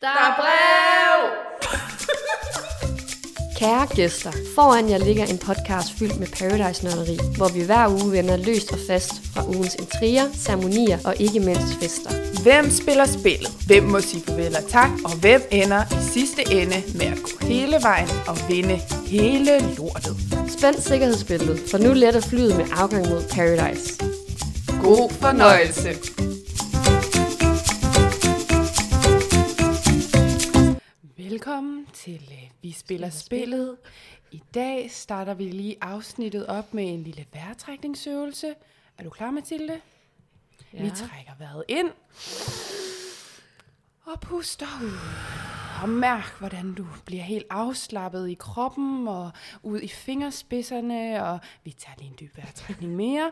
Der er brev! Kære gæster, foran jer ligger en podcast fyldt med Paradise-nørderi, hvor vi hver uge vender løst og fast fra ugens intriger, ceremonier og ikke mindst fester. Hvem spiller spillet? Hvem må sige farvel og tak? Og hvem ender i sidste ende med at gå hele vejen og vinde hele lortet? Spænd sikkerhedsbæltet, for nu letter flyet med afgang mod Paradise. God fornøjelse! Velkommen til Vi spiller spillet. I dag starter vi lige afsnittet op med en lille vejrtrækningsøvelse. Er du klar, Mathilde? Ja. Vi trækker vejret ind. Og puster ud. Og mærk, hvordan du bliver helt afslappet i kroppen og ud i fingerspidserne. Og vi tager lige en dyb vejrtrækning mere.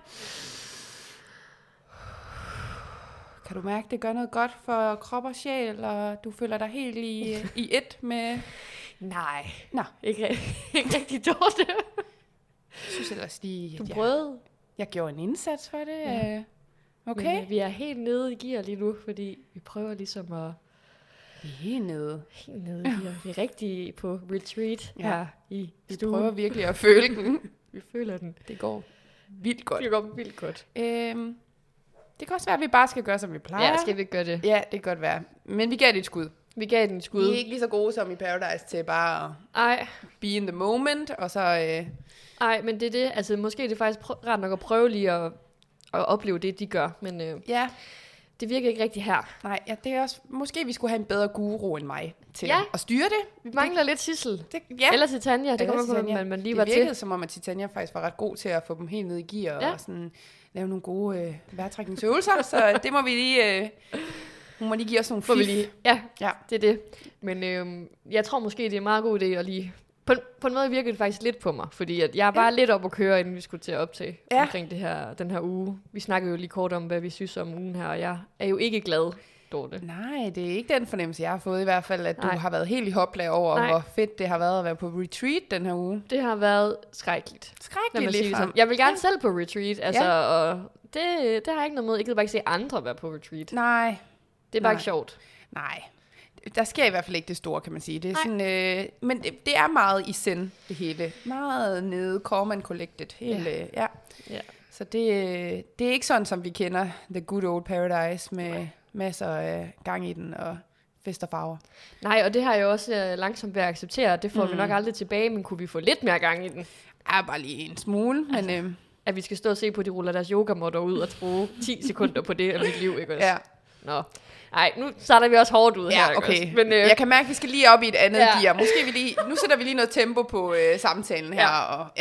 Kan du mærke, det gør noget godt for krop og sjæl, og du føler dig helt i et med... Nej, Nå. ikke rigtig dårligt. Jeg synes ellers lige, Du at prøvede. jeg gjorde en indsats for det. Ja. Okay. Men, vi er helt nede i gear lige nu, fordi vi prøver ligesom at... Vi er helt nede. Helt nede i gear. Vi er rigtig på retreat her i Vi stuen. prøver virkelig at føle den. Vi føler den. Det går vildt godt. Det går vildt godt. Det kan også være, at vi bare skal gøre, som vi plejer. Ja, skal vi ikke gøre det? Ja, det kan godt være. Men vi gav det et skud. Vi gav den et skud. Vi er ikke lige så gode som i Paradise til bare at Ej, be in the moment, og så... men det er det. Altså, måske er det faktisk ret nok at prøve lige at opleve det, de gør. Men Ja, det virker ikke rigtig her. nej, ja, det er også... Måske vi skulle have en bedre guru end mig til Ja. at styre det. Vi mangler lidt Sissel. Ja. Eller Titania. Det kommer på, at man lige var det til. virkede som om, at Titania faktisk var ret god til at få dem helt ned i gear og sådan lave nogle gode vejrtrækningsøvelser. Så det må vi lige... hun må lige give os nogle Får vi fif. lige. Ja, Ja. det er det. Men jeg tror måske, det er en meget god idé at lige... På en måde virker det faktisk lidt på mig, fordi at jeg er bare lidt op at køre, inden vi skulle til at optage omkring den her uge. Vi snakkede jo lige kort om, hvad vi synes om ugen her, og jeg er jo ikke glad, Dorte. Nej, det er ikke den fornemmelse, jeg har fået i hvert fald, at Nej. du har været helt i hoplag over, Nej. hvor fedt det har været at være på retreat den her uge. Det har været skrækkeligt. Lad Skrækkeligt mig sige lige det frem. sådan. Jeg vil gerne selv på retreat, altså, og det har jeg ikke noget mod. Jeg gider bare ikke se andre være på retreat. Nej, Det er bare ikke sjovt. nej. Der sker i hvert fald ikke det store, kan man sige. Det er sådan, men det er meget i send, det hele. Meget nede, calm and collected. Hele, ja. Ja. Så det er ikke sådan, som vi kender The Good Old Paradise med masser af gang i den og fest og farver. Nej, og det har jeg også langsomt ved at acceptere. Det får vi nok aldrig tilbage, men kunne vi få lidt mere gang i den? Ja, bare lige en smule, men... At vi skal stå og se på, at de ruller deres yogamotter ud og bruge 10 sekunder på det af mit liv, ikke også? ja. Nå. Ej, nu starter vi også hårdt ud her, Ja, ikke okay. også? Men, jeg kan mærke, at vi skal lige op i et andet gear. Måske Ja. nu sætter vi lige noget tempo på samtalen her. Ja. Og,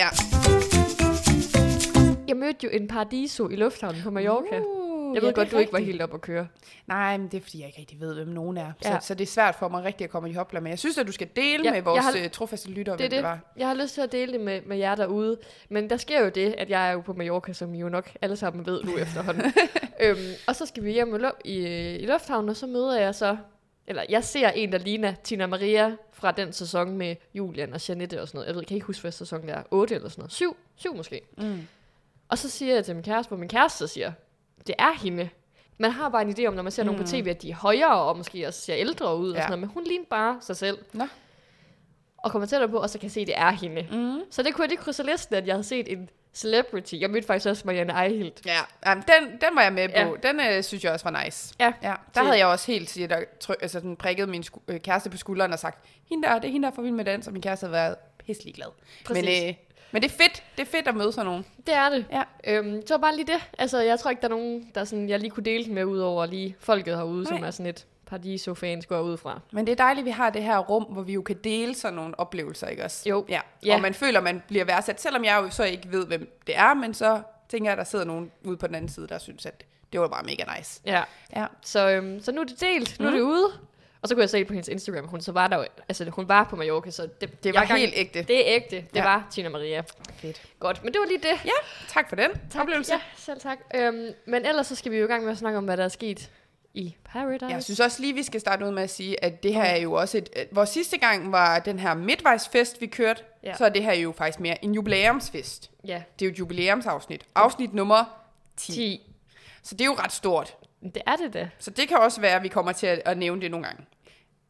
Jeg mødte jo en Paradiso i lufthavnen på Mallorca. Jeg ved godt, du ikke var helt op at køre. Nej, men det er, fordi jeg ikke rigtig ved, hvem nogen er. Ja. Så det er svært for mig rigtig at komme i hopla med. Jeg synes, at du skal dele med vores trofaste lyttere, hvem det var. Jeg har lyst til at dele det med jer derude. Men der sker jo det, at jeg er jo på Mallorca, som I jo nok alle sammen ved nu efterhånden. Og så skal vi hjem i lufthavnen, og så møder jeg så... Eller jeg ser en, der ligner Tina Maria fra den sæson med Julian og Jeanette og sådan noget. Jeg ved, kan ikke huske, hvad sæson det er. 8 eller sådan noget. 7 måske. Mm. Og så siger jeg til min kæreste, hvor min kæreste siger, det er hende. Man har bare en idé om, når man ser nogen på tv, at de er højere og måske også ser ældre ud. Og sådan noget, men hun ligner bare sig selv. Nå. Og kommer tættere på, og så kan jeg se, at det er hende. Mm. Så det kunne jeg lige krydse listen, at jeg havde set en celebrity. Jeg mødte faktisk også Marianne Eihilt. Ja, jamen, den var jeg med på. Ja. Den synes jeg også var nice. Ja. Der havde jeg også helt sådan prikket min kæreste på skulderen og sagt, det er hende, der er for vild med dans, og min kæreste havde været pisselig glad. Men det er fedt. Det er fedt at møde sådan nogen. Det er det. Ja. Så bare lige det. Altså, jeg tror ikke, der er nogen, der sådan, jeg lige kunne dele med, udover lige folket herude, som er sådan et Paradiso-fans går ud fra. Men det er dejligt, at vi har det her rum, hvor vi jo kan dele sådan nogle oplevelser, ikke også? Jo. Ja. Ja. Og man føler, man bliver værdsat, selvom jeg jo så ikke ved, hvem det er, men så tænker jeg, at der sidder nogen ude på den anden side, der synes, at det var bare mega nice. Ja. Så nu er det delt. Nu er det ude. Og så kunne jeg se på hendes Instagram, så var der jo, altså hun var på Mallorca, så det var helt ægte. Det er ægte. Det var Tina Maria. Fedt. Godt, men det var lige det. Ja, tak for den oplevelse. Ja, selv tak. Men ellers så skal vi jo i gang med at snakke om, hvad der er sket i Paradise. Jeg synes også lige, vi skal starte ud med at sige, at det her er jo også vores sidste gang var den her midtvejsfest, vi kørte, så er det her jo faktisk mere en jubilæumsfest. Ja. Det er jo et jubilæumsafsnit. Afsnit nummer 10. Så det er jo ret stort. Det er det da. Så det kan også være, at vi kommer til at nævne det nogle gange.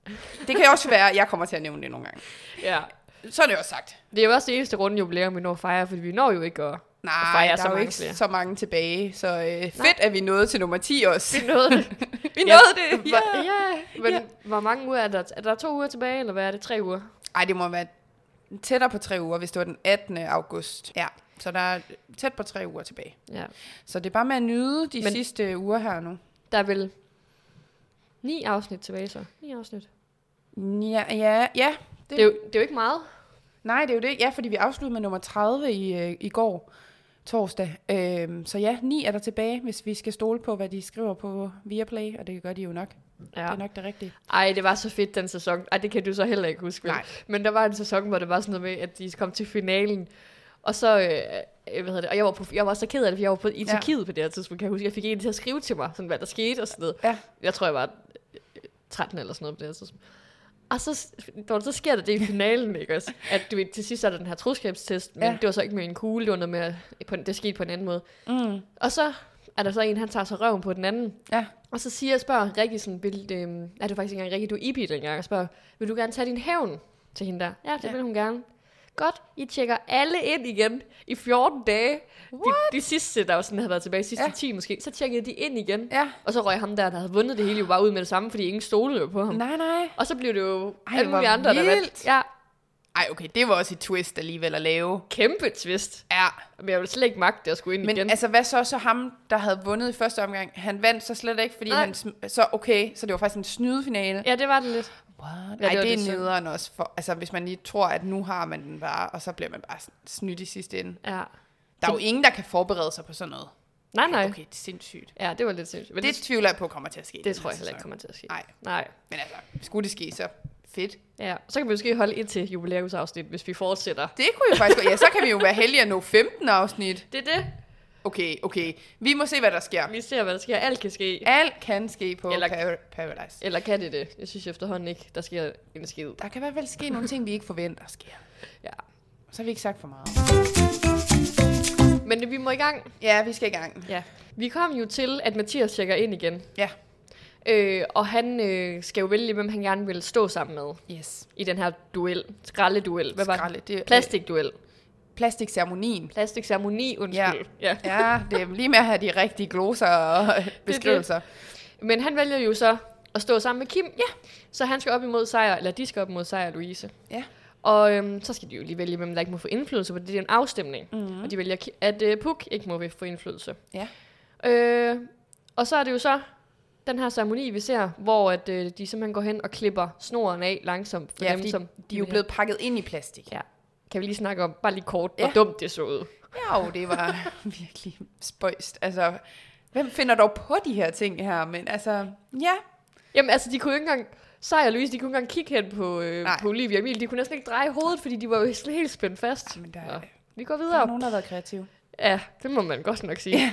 Det kan også være, at jeg kommer til at nævne det nogle gange. Ja. Så er det også sagt. Det er jo også det eneste runde jubilæum, vi når at fejre, fordi vi når jo ikke at fejre der så er jo mange ikke flere. så mange tilbage. Så fedt, at vi nåede til nummer 10 også. Vi nåede det. Vi nåede det, Men hvor mange uger er der? Er der 2 uger tilbage, eller hvad er det? 3 uger? Ej, det må være tættere på 3 uger, hvis det var den 18. august. Ja, så der er tæt på 3 uger tilbage. Ja. Så det er bare med at nyde de sidste uger her nu. Der er vel 9 afsnit tilbage så? 9 afsnit. Ja. Det er jo ikke meget. Nej, det er jo det. Ja, fordi vi afsluttede med nummer 30 i går, torsdag. Så ja, 9 er der tilbage, hvis vi skal stole på, hvad de skriver på Viaplay, og det gør de jo nok. Ja. Det er nok det rigtige. Ej, det var så fedt den sæson. Ej, det kan du så heller ikke huske. Nej. Men der var en sæson, hvor det var sådan noget med, at de kom til finalen. Og så, og jeg var så ked af det, for jeg var i Tyrkiet på det her tidspunkt, kan jeg huske. Jeg fik en til at skrive til mig, sådan hvad der skete og sådan noget. Ja. Jeg tror, jeg var 13 eller sådan noget på det her tidspunkt. Og så sker der det i finalen, ikke også? At du ved, til sidst er der den her troskabstest, men det var så ikke med en kugle, det var noget med, det skete på en anden måde. Mm. Og så er der så en, han tager sig røven på den anden. Ja. Og så spørger Rikke sådan, er det faktisk ikke engang Rikke, du er i bilen engang, og spørger, vil du gerne tage din hævn til hende der? Ja, det vil hun gerne. Godt, I tjekker alle ind igen i 14 dage. De sidste, der jo sådan havde været tilbage, sidste 10 måske, så tjekkede de ind igen. Ja. Og så røg ham der havde vundet det hele, jo bare ud med det samme, fordi ingen stolede jo på ham. Nej. Og så blev det jo alle mulige andre, der vandt. Ja. Ej, okay, det var også et twist alligevel at lave. Kæmpe twist. Ja. Men jeg ville slet ikke magte at skulle ind igen. Men altså, hvad så ham, der havde vundet i første omgang? Han vandt så slet ikke, fordi så det var faktisk en snydefinale. Ja, det var det lidt. Ja, ej, det er nederen også for, altså hvis man lige tror, at nu har man den bare, og så bliver man bare snydt i sidste ende. Ja. Der er jo ingen, der kan forberede sig på sådan noget. Nej. Okay, det er sindssygt. Ja, det var lidt sindssygt. Men det tvivler jeg på kommer til at ske. Det tror jeg heller ikke kommer til at ske. Nej. Men altså, skulle det ske, så fedt. Ja, så kan vi måske holde ind til jubilæumsafsnit, hvis vi fortsætter. Det kunne jo faktisk gå. Ja, så kan vi jo være heldige at nå 15 afsnit. Det er det. Okay. Vi må se, hvad der sker. Vi ser, hvad der sker. Alt kan ske. Alt kan ske på Paradise. Eller kan det? Jeg synes efterhånden ikke, der sker en skid. Der kan i hvert fald ske nogle ting, vi ikke forventer sker. Ja. Så har vi ikke sagt for meget. Men vi må i gang. Ja, vi skal i gang. Ja. Vi kom jo til, at Mathias tjekker ind igen. Ja. Og han skal jo vælge, hvem han gerne vil stå sammen med. Yes. I den her duel. Skraldeduel. Hvad var det? Plastikduel. Plastikceremoni, undskyld. Ja, det er lige med at have de rigtige gloser og beskrivelser. Det. Men han vælger jo så at stå sammen med Kim. Ja. Så han skal op imod Sejr, eller de skal op imod Sejr og Louise. Ja. Og så skal de jo lige vælge, hvem der ikke må få indflydelse, for det er en afstemning. Mm-hmm. Og de vælger, at Puk ikke må få indflydelse. Ja. Og så er det jo så den her ceremoni, vi ser, hvor at, de simpelthen går hen og klipper snoren af langsomt. For dem, som de er jo blevet pakket ind i plastik. Ja. Kan vi lige snakke om, bare lige kort, hvor dumt det så ud? Ja, det var virkelig spøjst. Altså, hvem finder dog på de her ting her? Men altså, ja. Jamen altså, de kunne ikke engang, Sejr og Louise, de kunne ikke engang kigge hen på Olivia og Emil. De kunne næsten ikke dreje hovedet, fordi de var jo helt spændt fast. Ja, men vi går videre. Der er nogen, der har været kreative. Ja, det må man godt nok sige.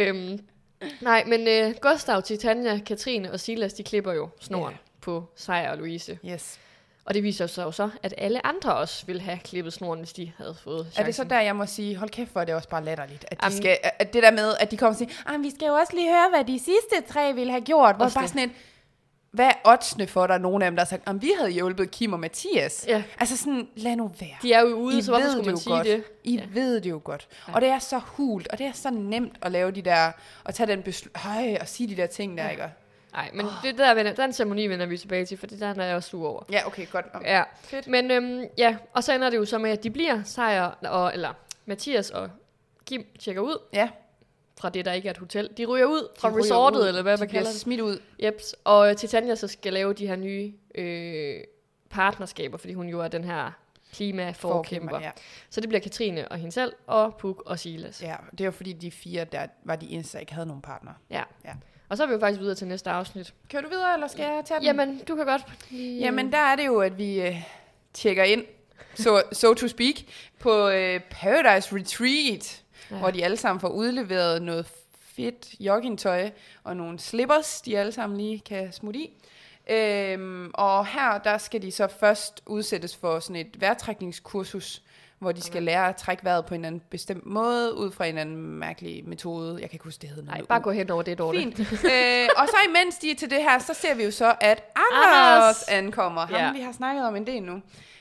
Nej, men Gustav, Titania, Katrine og Silas, de klipper jo snoren på Sejr og Louise. Yes. Og det viser sig jo så, at alle andre også ville have klippet snoren, hvis de havde fået chancen. Er det så der, jeg må sige, hold kæft for, det er også bare latterligt. At det der med, at de kommer og siger, vi skal jo også lige høre, hvad de sidste 3 ville have gjort. Hvor bare sådan hvad er oddsene for, der er nogen af dem, der har sagt, vi havde hjulpet Kim og Mathias. Ja. Altså sådan, lad nu være. De er jo ude, så hvorfor skulle man sige det? I ved det jo godt. Ja. Og det er så hult, og det er så nemt at lave de der, og tage den og sige de der ting der, ikke? Nej, men det der, den ceremoni vender vi tilbage til, for det der er jeg også sur over. Ja, okay, godt. Ja, fedt. Men og så ender det jo så med, at de bliver eller Mathias og Kim tjekker ud. Ja. Fra det, der ikke er et hotel. De ryger ud fra resortet, eller hvad man kalder det. De smidt ud. Jeps. Og Titania så skal lave de her nye partnerskaber, fordi hun jo er den her klimaforkæmper. Ja. Så det bliver Katrine og hende selv, og Puk og Silas. Ja, det er jo fordi de 4, der var de eneste, der ikke havde nogen partner. Ja. Og så er vi jo faktisk videre til næste afsnit. Kører du videre, eller skal jeg tage den? Jamen, du kan godt. Jamen, der er det jo, at vi tjekker ind, so to speak, på Paradise Retreat, hvor de alle sammen får udleveret noget fedt joggingtøj og nogle slippers, de alle sammen lige kan smutte i. Og her, der skal de så først udsættes for sådan et vejrtrækningskursus, hvor de skal lære at trække vejret på en anden bestemt måde, ud fra en anden mærkelig metode. Jeg kan ikke huske, det hedder noget. Nej, bare gå hen over det, Dorte. Fint. Og så imens de er til det her, så ser vi jo så, at Anders ankommer. Ham, vi har snakket om en del nu.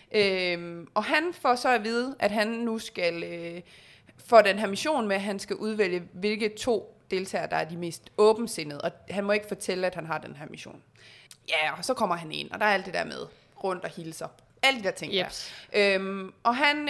Og han får så at vide, at han nu skal få den her mission med, at han skal udvælge, hvilke 2 deltagere, der er de mest åbensindede. Og han må ikke fortælle, at han har den her mission. Ja, og så kommer han ind, og der er alt det der med rundt og hilser. Alle de der ting der. Og han...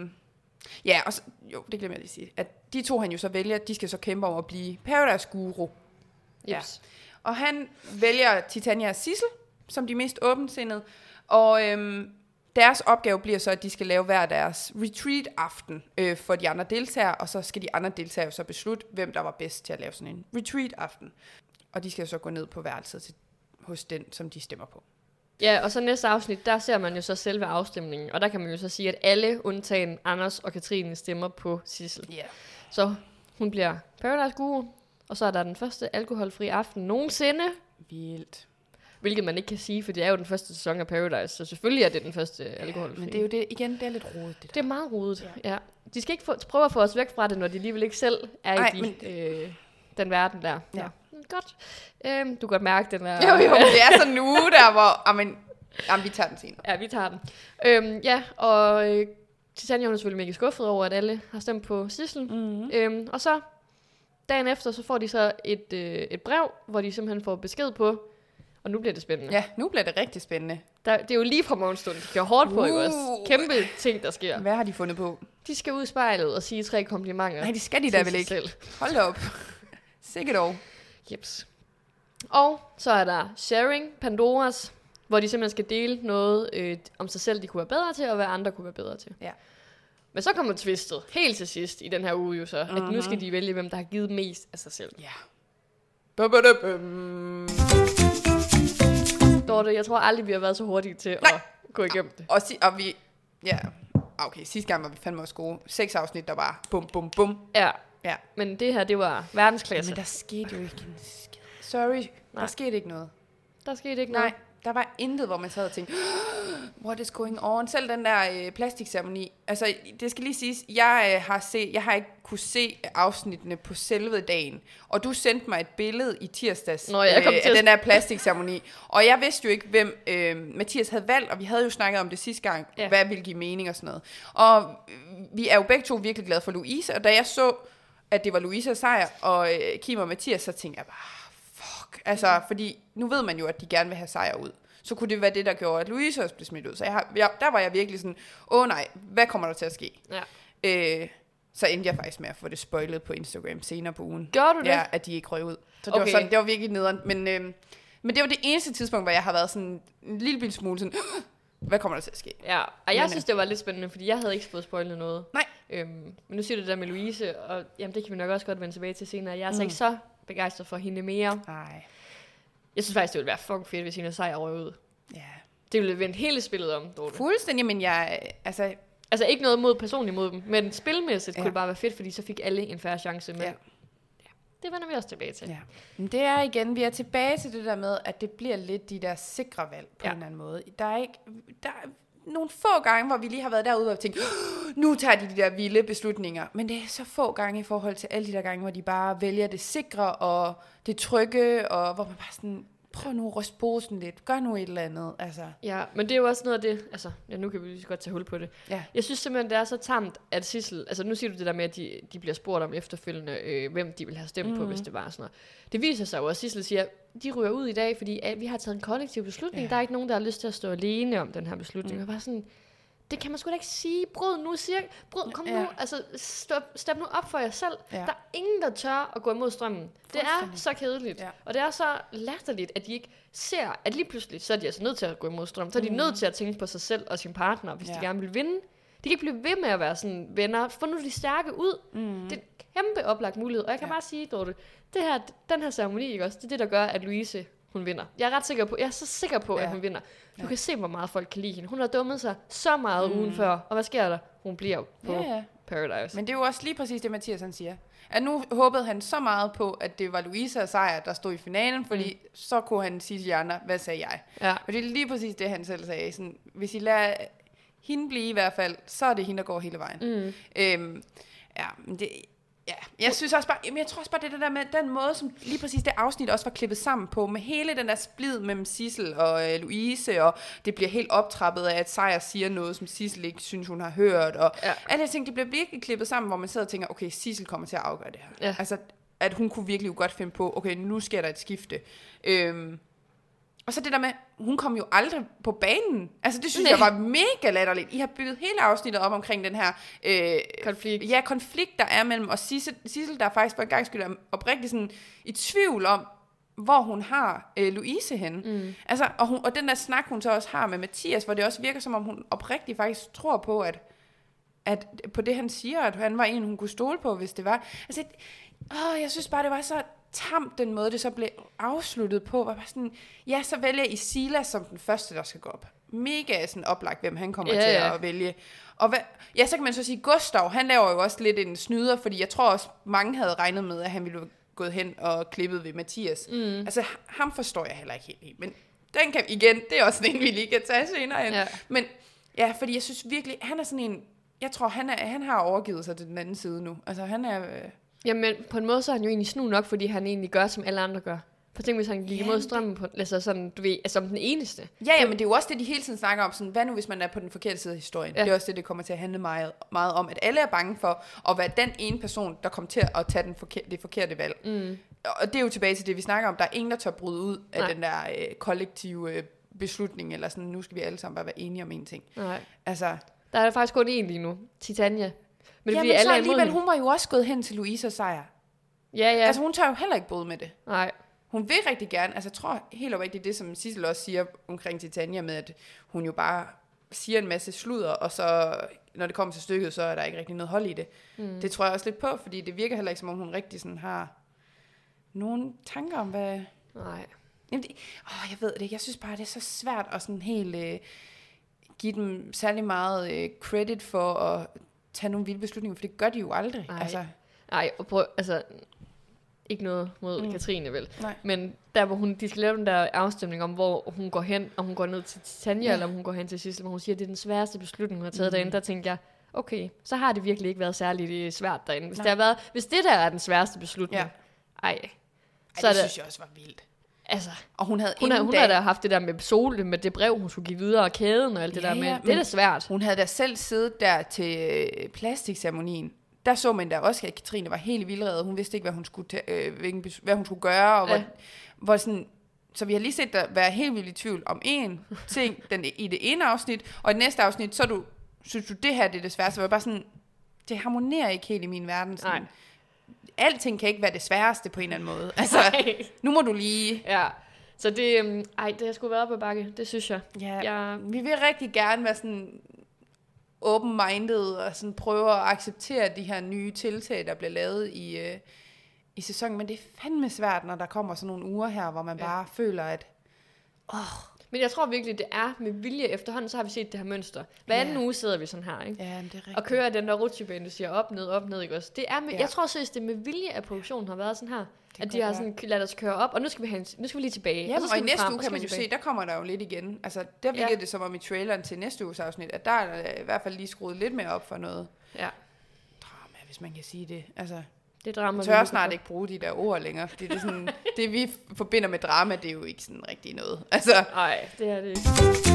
ja, og så, jo, det glemmer jeg lige at sige. At de 2, han jo så vælger, de skal så kæmpe om at blive Paradise-guru. Ja. Og han vælger Titania og Sissel som de mest åbensindede. Og deres opgave bliver så, at de skal lave hver deres retreat-aften for de andre deltagere. Og så skal de andre deltagere så beslutte, hvem der var bedst til at lave sådan en retreat-aften. Og de skal så gå ned på værelset hos den, som de stemmer på. Ja, og så næste afsnit, der ser man jo så selve afstemningen. Og der kan man jo så sige, at alle undtagen Anders og Katrine stemmer på Sissel. Yeah. Så hun bliver Paradise Guru, og så er der den første alkoholfri aften nogensinde. Vildt. Hvilket man ikke kan sige, for det er jo den første sæson af Paradise, så selvfølgelig er det den første alkoholfri. Men det er jo det, igen, det er lidt rodet. Det er meget rodet, ja. De skal ikke prøve at få os væk fra det, når de alligevel ikke selv er i den verden der. Ja. Godt. Du kan godt mærke den der... Jo, det er sådan nu der, hvor... Jamen, vi tager den senere. Ja, vi tager den. Ja, og Titania er selvfølgelig mega skuffet over, at alle har stemt på Sissel. Mm-hmm. Og så, dagen efter, så får de så et brev, hvor de simpelthen får besked på, og nu bliver det spændende. Ja, nu bliver det rigtig spændende. Det er jo lige fra morgenstund, de kører hårdt på, ikke også? Kæmpe ting, der sker. Hvad har de fundet på? De skal ud i spejlet og sige 3 komplimenter. Nej, det skal de da vel ikke. Selv. Hold da op. Sikkert dog. Jeps. Og så er der sharing, Pandoras, hvor de simpelthen skal dele noget om sig selv, de kunne være bedre til, og hvad andre kunne være bedre til. Ja. Men så kommer twistet helt til sidst i den her uge jo så, at nu skal de vælge, hvem der har givet mest af sig selv. Ja. Dorte, jeg tror aldrig, vi har været så hurtige til at gå igennem det. Og vi... Ja, okay, sidste gang var vi fandme også gode. 6 afsnit, der var bum, bum, bum. Ja, men det her, det var verdensklasse. Men der skete jo ikke en skid. Sorry, der skete ikke noget. Der skete ikke noget? Nej, der var intet, hvor man sad og tænkte, what is going on? Selv den der plastikceremoni. Altså, det skal lige siges, jeg har ikke kunne se afsnittene på selve dagen. Og du sendte mig et billede i tirsdags af den der plastikceremoni. Og jeg vidste jo ikke, hvem Mathias havde valgt, og vi havde jo snakket om det sidste gang, hvad ville give mening og sådan noget. Og vi er jo begge to virkelig glade for Louise, og da jeg så, at det var Louise og Sejr, og Kim og Mathias, så tænkte jeg bare, fuck. Altså, fordi nu ved man jo, at de gerne vil have Sejr ud. Så kunne det være det, der gjorde, at Louise også blev smidt ud. Så der var jeg virkelig sådan, nej, hvad kommer der til at ske? Ja. Så endte jeg faktisk med at få det spoilet på Instagram senere på ugen. Gjorde du det? Ja, at de ikke røg ud. Så det var sådan, det var virkelig nederen. Men det var det eneste tidspunkt, hvor jeg har været sådan en lille smule sådan, hvad kommer der til at ske? Ja, og jeg synes, det var lidt spændende, fordi jeg havde ikke fået spoilet noget. Nej. Men nu siger du det der med Louise, og jamen, det kan vi nok også godt vende tilbage til senere. Jeg er altså ikke så begejstret for hende mere. Nej. Jeg synes faktisk, det ville være fucking fedt, hvis hende Sejr røg ud. Ja. Det ville vende hele spillet om, Dorte. Fuldstændig, men Altså ikke noget personligt mod dem, men spilmæssigt kunne det bare være fedt, fordi så fik alle en færre chance med. Ja. Det vender vi også tilbage til. Ja. Men det er igen, vi er tilbage til det der med, at det bliver lidt de der sikre valg på en eller anden måde. Der er nogle få gange, hvor vi lige har været derude og tænkt, nu tager de der vilde beslutninger. Men det er så få gange i forhold til alle de der gange, hvor de bare vælger det sikre og det trygge, og hvor man bare sådan, prøv nu at ryste posen lidt, gør nu et eller andet. Altså. Ja, men det er jo også noget af det, altså, nu kan vi lige så godt tage hul på det. Ja. Jeg synes simpelthen, det er så tamt, at Sissel, altså nu siger du det der med, at de bliver spurgt om efterfølgende, hvem de vil have stemt på, hvis det var sådan noget. Det viser sig jo, at Sissel siger, de ryger ud i dag, fordi vi har taget en kollektiv beslutning. Ja. Der er ikke nogen, der har lyst til at stå alene om den her beslutning. Og bare sådan, det kan man sgu da ikke sige. Kom nu, altså step nu op for jer selv. Ja. Der er ingen, der tør at gå imod strømmen. Det er så kedeligt. Ja. Og det er så latterligt, at de ikke ser, at lige pludselig, så er de altså nødt til at gå imod strømmen. Så er de nødt til at tænke på sig selv og sin partner, hvis de gerne vil vinde. De kan ikke blive ved med at være sådan venner. Få nu de stærke ud. Det er en kæmpe oplagt mulighed. Og jeg kan bare sige, Dorte, den her ceremoni, ikke også, det er det, der gør, at Louise, hun vinder. Jeg er så sikker på, at hun vinder. Du kan se, hvor meget folk kan lide hende. Hun har dummet sig så meget ugen før. Og hvad sker der? Hun bliver på Paradise. Men det er jo også lige præcis det, Mathias han siger. At nu håbede han så meget på, at det var Louise og Sejr, der stod i finalen, fordi så kunne han sige til de andre, hvad sagde jeg? Ja. Og det er lige præcis det, han selv sagde. Sådan, hvis I lader hende blive i hvert fald, så er det hende, der går hele vejen. Jeg synes også bare, jeg tror også bare, det der med den måde, som lige præcis det afsnit også var klippet sammen på, med hele den der splid mellem Sissel og Louise, og det bliver helt optrappet af, at Sejer siger noget, som Sissel ikke synes, hun har hørt, og alle jeg tænker, det bliver virkelig klippet sammen, hvor man sidder og tænker, okay, Sissel kommer til at afgøre det her. Ja. Altså, at hun kunne virkelig godt finde på, okay, nu sker der et skifte. Og så det der med, hun kom jo aldrig på banen. Altså det synes jeg var mega latterligt. I har bygget hele afsnittet op omkring den her konflikt, der er mellem, og Sissel, der faktisk for en gang skyld er oprigtigt sådan i tvivl om, hvor hun har Louise henne. Altså, og den der snak, hun så også har med Mathias, hvor det også virker som om, hun oprigtigt faktisk tror på, at på det han siger, at han var en, hun kunne stole på, hvis det var. Altså, jeg synes bare, det var så tamt den måde, det så blev afsluttet på, var bare sådan, ja, så vælger I Silas som den første, der skal gå op. Mega sådan oplagt, hvem han kommer til at vælge. Og så kan man så sige, Gustav, han laver jo også lidt en snyder, fordi jeg tror også, mange havde regnet med, at han ville gået hen og klippet ved Mathias. Altså, ham forstår jeg heller ikke helt. Men den kan igen, det er også en, vi lige kan tage senere hen. Ja. Men ja, fordi jeg synes virkelig, han er sådan en, jeg tror, han har overgivet sig til den anden side nu. Altså, han er... Jamen, på en måde så er han jo egentlig snu nok, fordi han egentlig gør, som alle andre gør. For tænk, hvis han gik imod strømmen på, altså sådan, du ved, som den eneste. Ja, men det er jo også det, de hele tiden snakker om, sådan, hvad nu, hvis man er på den forkerte side af historien? Ja. Det er også det kommer til at handle meget, meget om, at alle er bange for at være den ene person, der kommer til at tage det forkerte valg. Og det er jo tilbage til det, vi snakker om. Der er ingen, der tør bryde ud af den der kollektive beslutning, eller sådan, nu skal vi alle sammen bare være enige om en ting. Nej. Altså, der er faktisk kun én lige nu, Titania. Men ja, men alle så alligevel, hun var jo også gået hen til Louise og Sejer. Ja. Altså, hun tør jo heller ikke bryde med det. Nej. Hun vil rigtig gerne, altså jeg tror helt oprigtigt det, som Sissel også siger omkring Titania, med at hun jo bare siger en masse sludder, og så, når det kommer til stykket, så er der ikke rigtig noget hold i det. Det tror jeg også lidt på, fordi det virker heller ikke, som om hun rigtig sådan har nogle tanker om, hvad... Nej. Jamen, jeg ved det ikke. Jeg synes bare, det er så svært at sådan helt give dem særlig meget credit for at tage nogle vilde beslutninger, for det gør de jo aldrig. Nej, og prøv, altså, ikke noget mod Katrine, vel? Nej. Men der, hvor de skal lave den der afstemning om, hvor hun går hen, om hun går ned til Titania, eller om hun går hen til Sissel, hvor hun siger, at det er den sværeste beslutning, hun har taget derinde, der tænker jeg, okay, så har det virkelig ikke været særligt svært derinde. Hvis det der er den sværeste beslutning, så det synes jeg også var vildt. Altså, og hun havde da haft det der med Sol, med det brev, hun skulle give videre, og kæden og alt det der med. Det er da svært. Hun havde da selv siddet der til plastikceremonien. Der så man da også, at Katrine var helt vildredet. Hun vidste ikke, hvad hun skulle, hvad hun skulle gøre. Og hvor sådan, så vi har lige set der være helt vildt i tvivl om en ting i det ene afsnit, og i det næste afsnit, så synes du, det her det er det sværeste. Så var jeg bare sådan, det harmonerer ikke helt i min verden. Sådan. Alting kan ikke være det sværeste på en eller anden måde. Altså, nu må du lige... Ja, så det... det har sgu været op ad bakke, det synes jeg. Ja, vi vil rigtig gerne være sådan open-minded og sådan prøve at acceptere de her nye tiltag, der bliver lavet i sæsonen. Men det er fandme svært, når der kommer sådan nogle uger her, hvor man bare føler, at... Men jeg tror virkelig, det er med vilje efterhånden, så har vi set det her mønster. Hver anden uge sidder vi sådan her, ikke? Ja, det er rigtigt. Og kører den der rutsjebane, du siger op, ned, ikke også? Det er med, jeg tror seriøst, det er med vilje, at produktionen har været sådan her. At de har sådan ladet os køre op, og nu skal vi lige tilbage. Ja, og i næste uge kan man jo se, der kommer der jo lidt igen. Altså, der virkede det som om i traileren til næste uges afsnit, at der er i hvert fald lige skruet lidt mere op for noget drama, hvis man kan sige det. Altså, det drama, jeg tør snart ikke bruge de der ord længere, fordi det er sådan, det vi forbinder med drama, det er jo ikke sådan rigtig noget. Altså, nej, det er det ikke.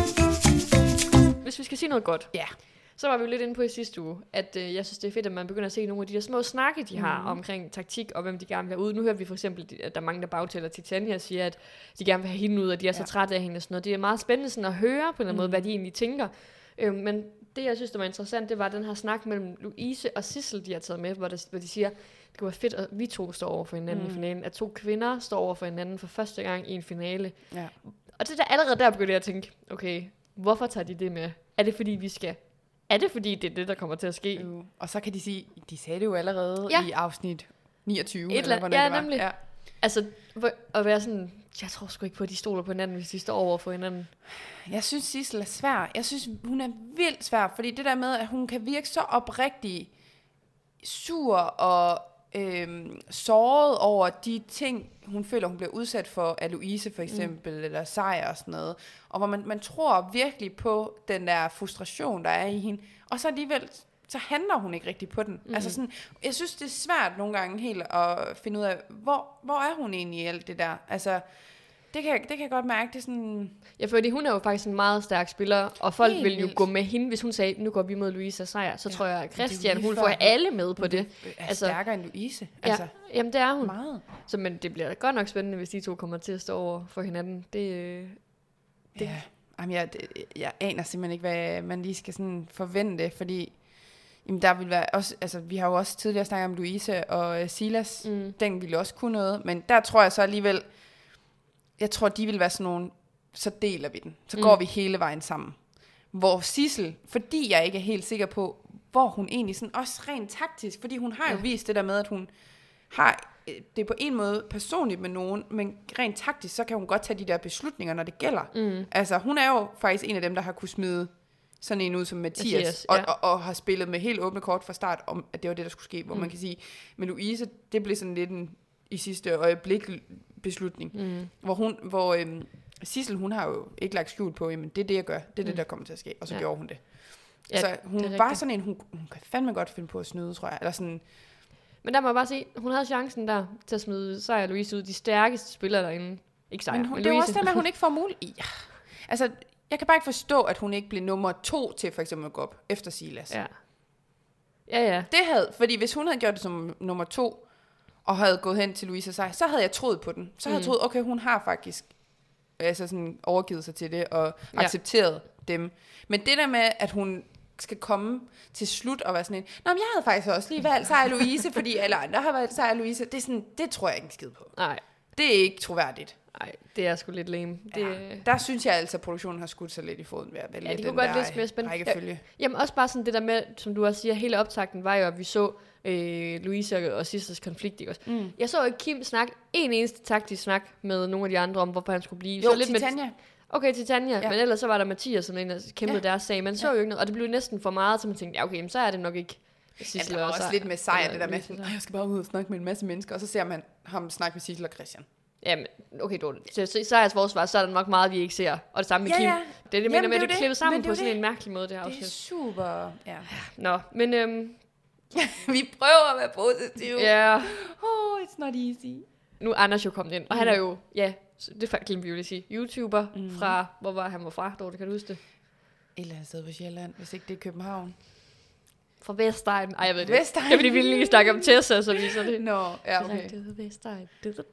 Hvis vi skal sige noget godt, så var vi jo lidt inde på i sidste uge, at jeg synes, det er fedt, at man begynder at se nogle af de der små snakke, de har omkring taktik, og hvem de gerne vil have ud. Nu hører vi for eksempel, at der er mange, der bagtæller Titania, siger, at de gerne vil have hende ud, og de er så trætte af hende og sådan noget. Det er meget spændende sådan at høre på en eller anden måde, hvad de egentlig tænker. Men det, jeg synes, der var interessant, det var den her snak mellem Louise og Sissel, de har taget med, hvor de siger, det kunne være fedt, at vi to står over for hinanden i finalen, at to kvinder står over for hinanden for første gang i en finale. Ja. Og det der allerede der begyndte jeg at tænke, okay, hvorfor tager de det med? Er det fordi, vi skal... Er det fordi, det er det, der kommer til at ske? Og så kan de sige, de sagde det jo allerede i afsnit 29. Eller hvordan det var. Nemlig. Ja. Altså, at være sådan, jeg tror sgu ikke på, at de stoler på hinanden, hvis de står over for hinanden. Jeg synes, Sissel er svær. Jeg synes, hun er vildt svær, fordi det der med, at hun kan virke så oprigtig sur og såret over de ting, hun føler, hun bliver udsat for af Louise for eksempel, eller Sejr og sådan noget. Og hvor man tror virkelig på den der frustration, der er i hende. Og så alligevel, så handler hun ikke rigtig på den. Altså sådan, jeg synes, det er svært nogle gange helt at finde ud af, hvor er hun egentlig i alt det der? Altså, det kan jeg godt mærke, det er sådan... Ja, fordi hun er jo faktisk en meget stærk spiller, og folk vil jo gå med hende, hvis hun sagde, nu går vi mod Louise og Sejr, så tror jeg, at Christian, hun får alle med på det. Er stærkere end Louise. Altså, ja, jamen det er hun. Meget. Så, men det bliver godt nok spændende, hvis de to kommer til at stå over for hinanden. Ja, jamen, jeg aner simpelthen ikke, hvad man lige skal sådan forvente, fordi jamen, der vil være også, altså vi har jo også tidligere snakket om Louise og Silas, den ville også kunne noget, men der tror jeg så alligevel, jeg tror, de vil være sådan nogle, så deler vi den. Så går vi hele vejen sammen. Hvor Sissel, fordi jeg ikke er helt sikker på, hvor hun egentlig sådan, også rent taktisk, fordi hun har jo vist det der med, at hun har det på en måde personligt med nogen, men rent taktisk, så kan hun godt tage de der beslutninger, når det gælder. Altså, hun er jo faktisk en af dem, der har kunne smide sådan en ud som Mathias og har spillet med helt åbne kort fra start, om at det var det, der skulle ske, hvor man kan sige, men Louise, det blev sådan lidt en i sidste øjeblik beslutning, hvor Sissel, hun har jo ikke lagt skjul på, jamen det er det, jeg gør, det er det, der kommer til at ske, og så gjorde hun det. Ja, så hun var sådan en, hun kan fandme godt finde på at snyde, tror jeg, eller sådan. Men der må jeg bare sige, hun havde chancen der til at smide Sejr og Louise ud, de stærkeste spillere derinde. Ikke Sejr, men det er jo også det, at hun ikke får mulighed. Altså, jeg kan bare ikke forstå, at hun ikke blev nummer 2 til for eksempel at gå op efter Silas. Ja. Det havde, fordi hvis hun havde gjort det som nummer 2, og havde gået hen til Louise og Sejr, så havde jeg troet på den. Så havde jeg troet, okay, hun har faktisk altså sådan overgivet sig til det, og accepteret dem. Men det der med, at hun skal komme til slut og være sådan en, nå, men jeg havde faktisk også lige valgt Sejr Louise, fordi alle andre har valgt Sejr Louise. Det er sådan, det tror jeg ikke en skid på. Nej. Det er ikke troværdigt. Nej, det er sgu lidt lame. Der synes jeg altså, at produktionen har skudt sig lidt i foden ved at vælge den der rækkefølge. Jamen også bare sådan det der med, som du også siger, hele optakten var jo, at vi så Louise og Sisters konflikt, ikke også? Jeg så ikke Kim snakke en eneste taktisk snak med nogle af de andre om, hvorfor han skulle blive. Jo, så lidt Titania. Okay, Titania, men ellers så var der Mathias, som kæmpede deres sag. Man så jo ikke noget, og det blev næsten for meget, så man tænkte, ja okay, men så er det nok ikke Sissel. Der var også lidt med Sejr, det der med, jeg skal bare ud og snakke med en masse mennesker, og så ser man ham snakke med Sissel og Christian. Jamen, okay, så Sejrs forsvar, så er der nok meget, vi ikke ser. Og det samme med Kim. Det er det, mener med, det klippet sammen på sådan en mærkelig måde, det her afsnit. Det er super, Nå, men vi prøver at være positive. Ja. It's not easy. Nu er Anders jo kommet ind, og han er jo, det glemte vi jo lige sige, YouTuber fra, hvor var han fra, Dorte, kan du huske det? Et eller andet sted på Sjælland, hvis ikke det er København. Fra Vestegn. Ej, jeg ved det. Vestegn. Jeg vil lige snakke om Tessa, så viser det. Nå, ja, okay. Så Vestegn.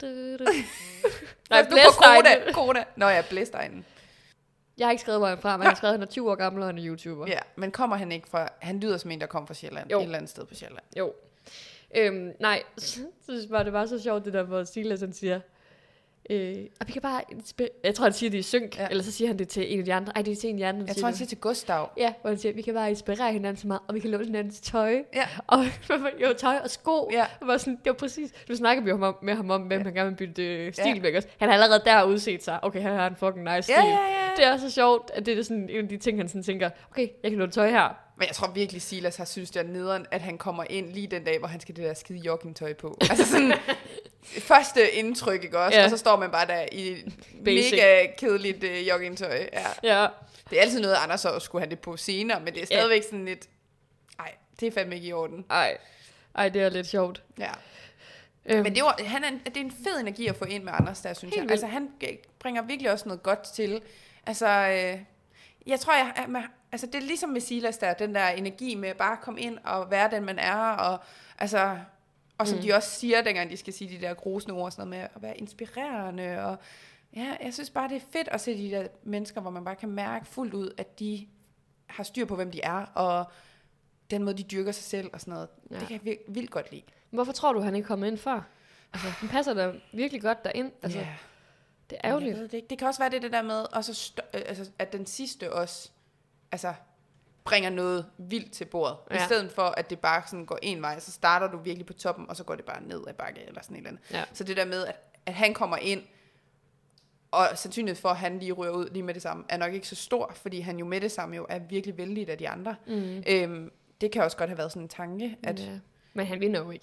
Nej, Blæstegn. Koda. Nå ja, Blæstegnen. Jeg har ikke skrevet, hvor han er fra, men jeg har skrevet, at han er 20 år gammel, og han er YouTuber. Ja, men kommer han ikke fra, han lyder som en, der kommer fra Sjælland. Et eller andet sted på Sjælland. Jo. Nej, så synes jeg bare, det var så sjovt, det der, hvor Silas han siger, og vi kan bare, jeg tror han siger det i synk, eller så siger han det til en af de andre. Ej, det er til en af de andre. Jeg tror han siger til Gustav. Ja, hvor han siger, vi kan bare inspirere hinanden så meget, og vi kan låne hinandens tøj. Ja. Og jo, tøj og sko. Ja. Og var sådan, det var præcis, du snakker vi med ham om, hvem han gerne vil bytte stil med os. Han har allerede der udset sig, okay, han har en fucking nice stil. Ja. Det er så sjovt, at det er sådan en af de ting, han sådan tænker, okay, jeg kan låne tøj her. Men jeg tror virkelig, Silas har synes, det er nederen, at han kommer ind lige den dag, hvor han skal det der skide joggingtøj på. Altså sådan, første indtryk, ikke også? Ja. Og så står man bare der i mega kedeligt joggingtøj. Ja. Det er altid noget, Anders også skulle have det på senere, men det er stadigvæk sådan lidt, ej, det er fandme ikke i orden. Ej, det er lidt sjovt. Ja. Men det er en fed energi at få ind med Anders der, synes jeg. Altså, han bringer virkelig også noget godt til. Altså, jeg tror, altså, det er ligesom med Silas der, den der energi med at bare komme ind og være den, man er, og altså, og som de også siger, dengang de skal sige de der grusende ord, sådan noget med at være inspirerende, og ja, jeg synes bare, det er fedt at se de der mennesker, hvor man bare kan mærke fuldt ud, at de har styr på, hvem de er, og den måde, de dyrker sig selv, og sådan noget. Ja. Det kan jeg vildt godt lide. Hvorfor tror du, han ikke kom ind før? Altså, han passer da virkelig godt derind. Altså, det er ærgerligt. Det kan også være det der med, og så at den sidste også bringer noget vildt til bordet. I stedet for, at det bare sådan går en vej, så starter du virkelig på toppen, og så går det bare ned ad bakke, eller sådan et eller andet. Ja. Så det der med, at han kommer ind, og sandsynligheden for, at han lige ryger ud lige med det samme, er nok ikke så stor, fordi han jo med det samme jo er virkelig vældig af de andre. Det kan også godt have været sådan en tanke, at... Men han vinder jo ikke.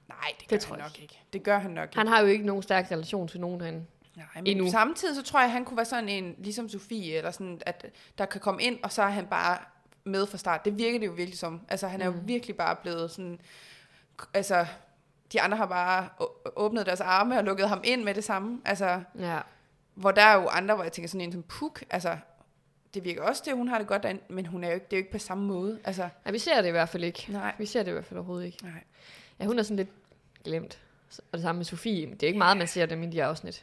Nej, det gør han nok ikke. Det gør han nok ikke. Han har jo ikke nogen stærk relation til nogen derinde. Nej, men samtidig så tror jeg, at han kunne være sådan en, ligesom Sofie, eller sådan, at der kan komme ind, og så er han bare med fra start. Det virker det jo virkelig som. Altså, han er jo virkelig bare blevet sådan, altså, de andre har bare åbnet deres arme og lukket ham ind med det samme. Altså, hvor der er jo andre, hvor jeg tænker sådan en som Puk, altså, det virker også til, at hun har det godt derinde, men hun er jo ikke, det er jo ikke på samme måde. Altså. Nej, vi ser det i hvert fald ikke. Nej. Vi ser det i hvert fald overhovedet ikke. Nej. Ja, hun er sådan lidt glemt. Og det samme med Sofie. Det er ikke meget, man ser dem i de afsnit.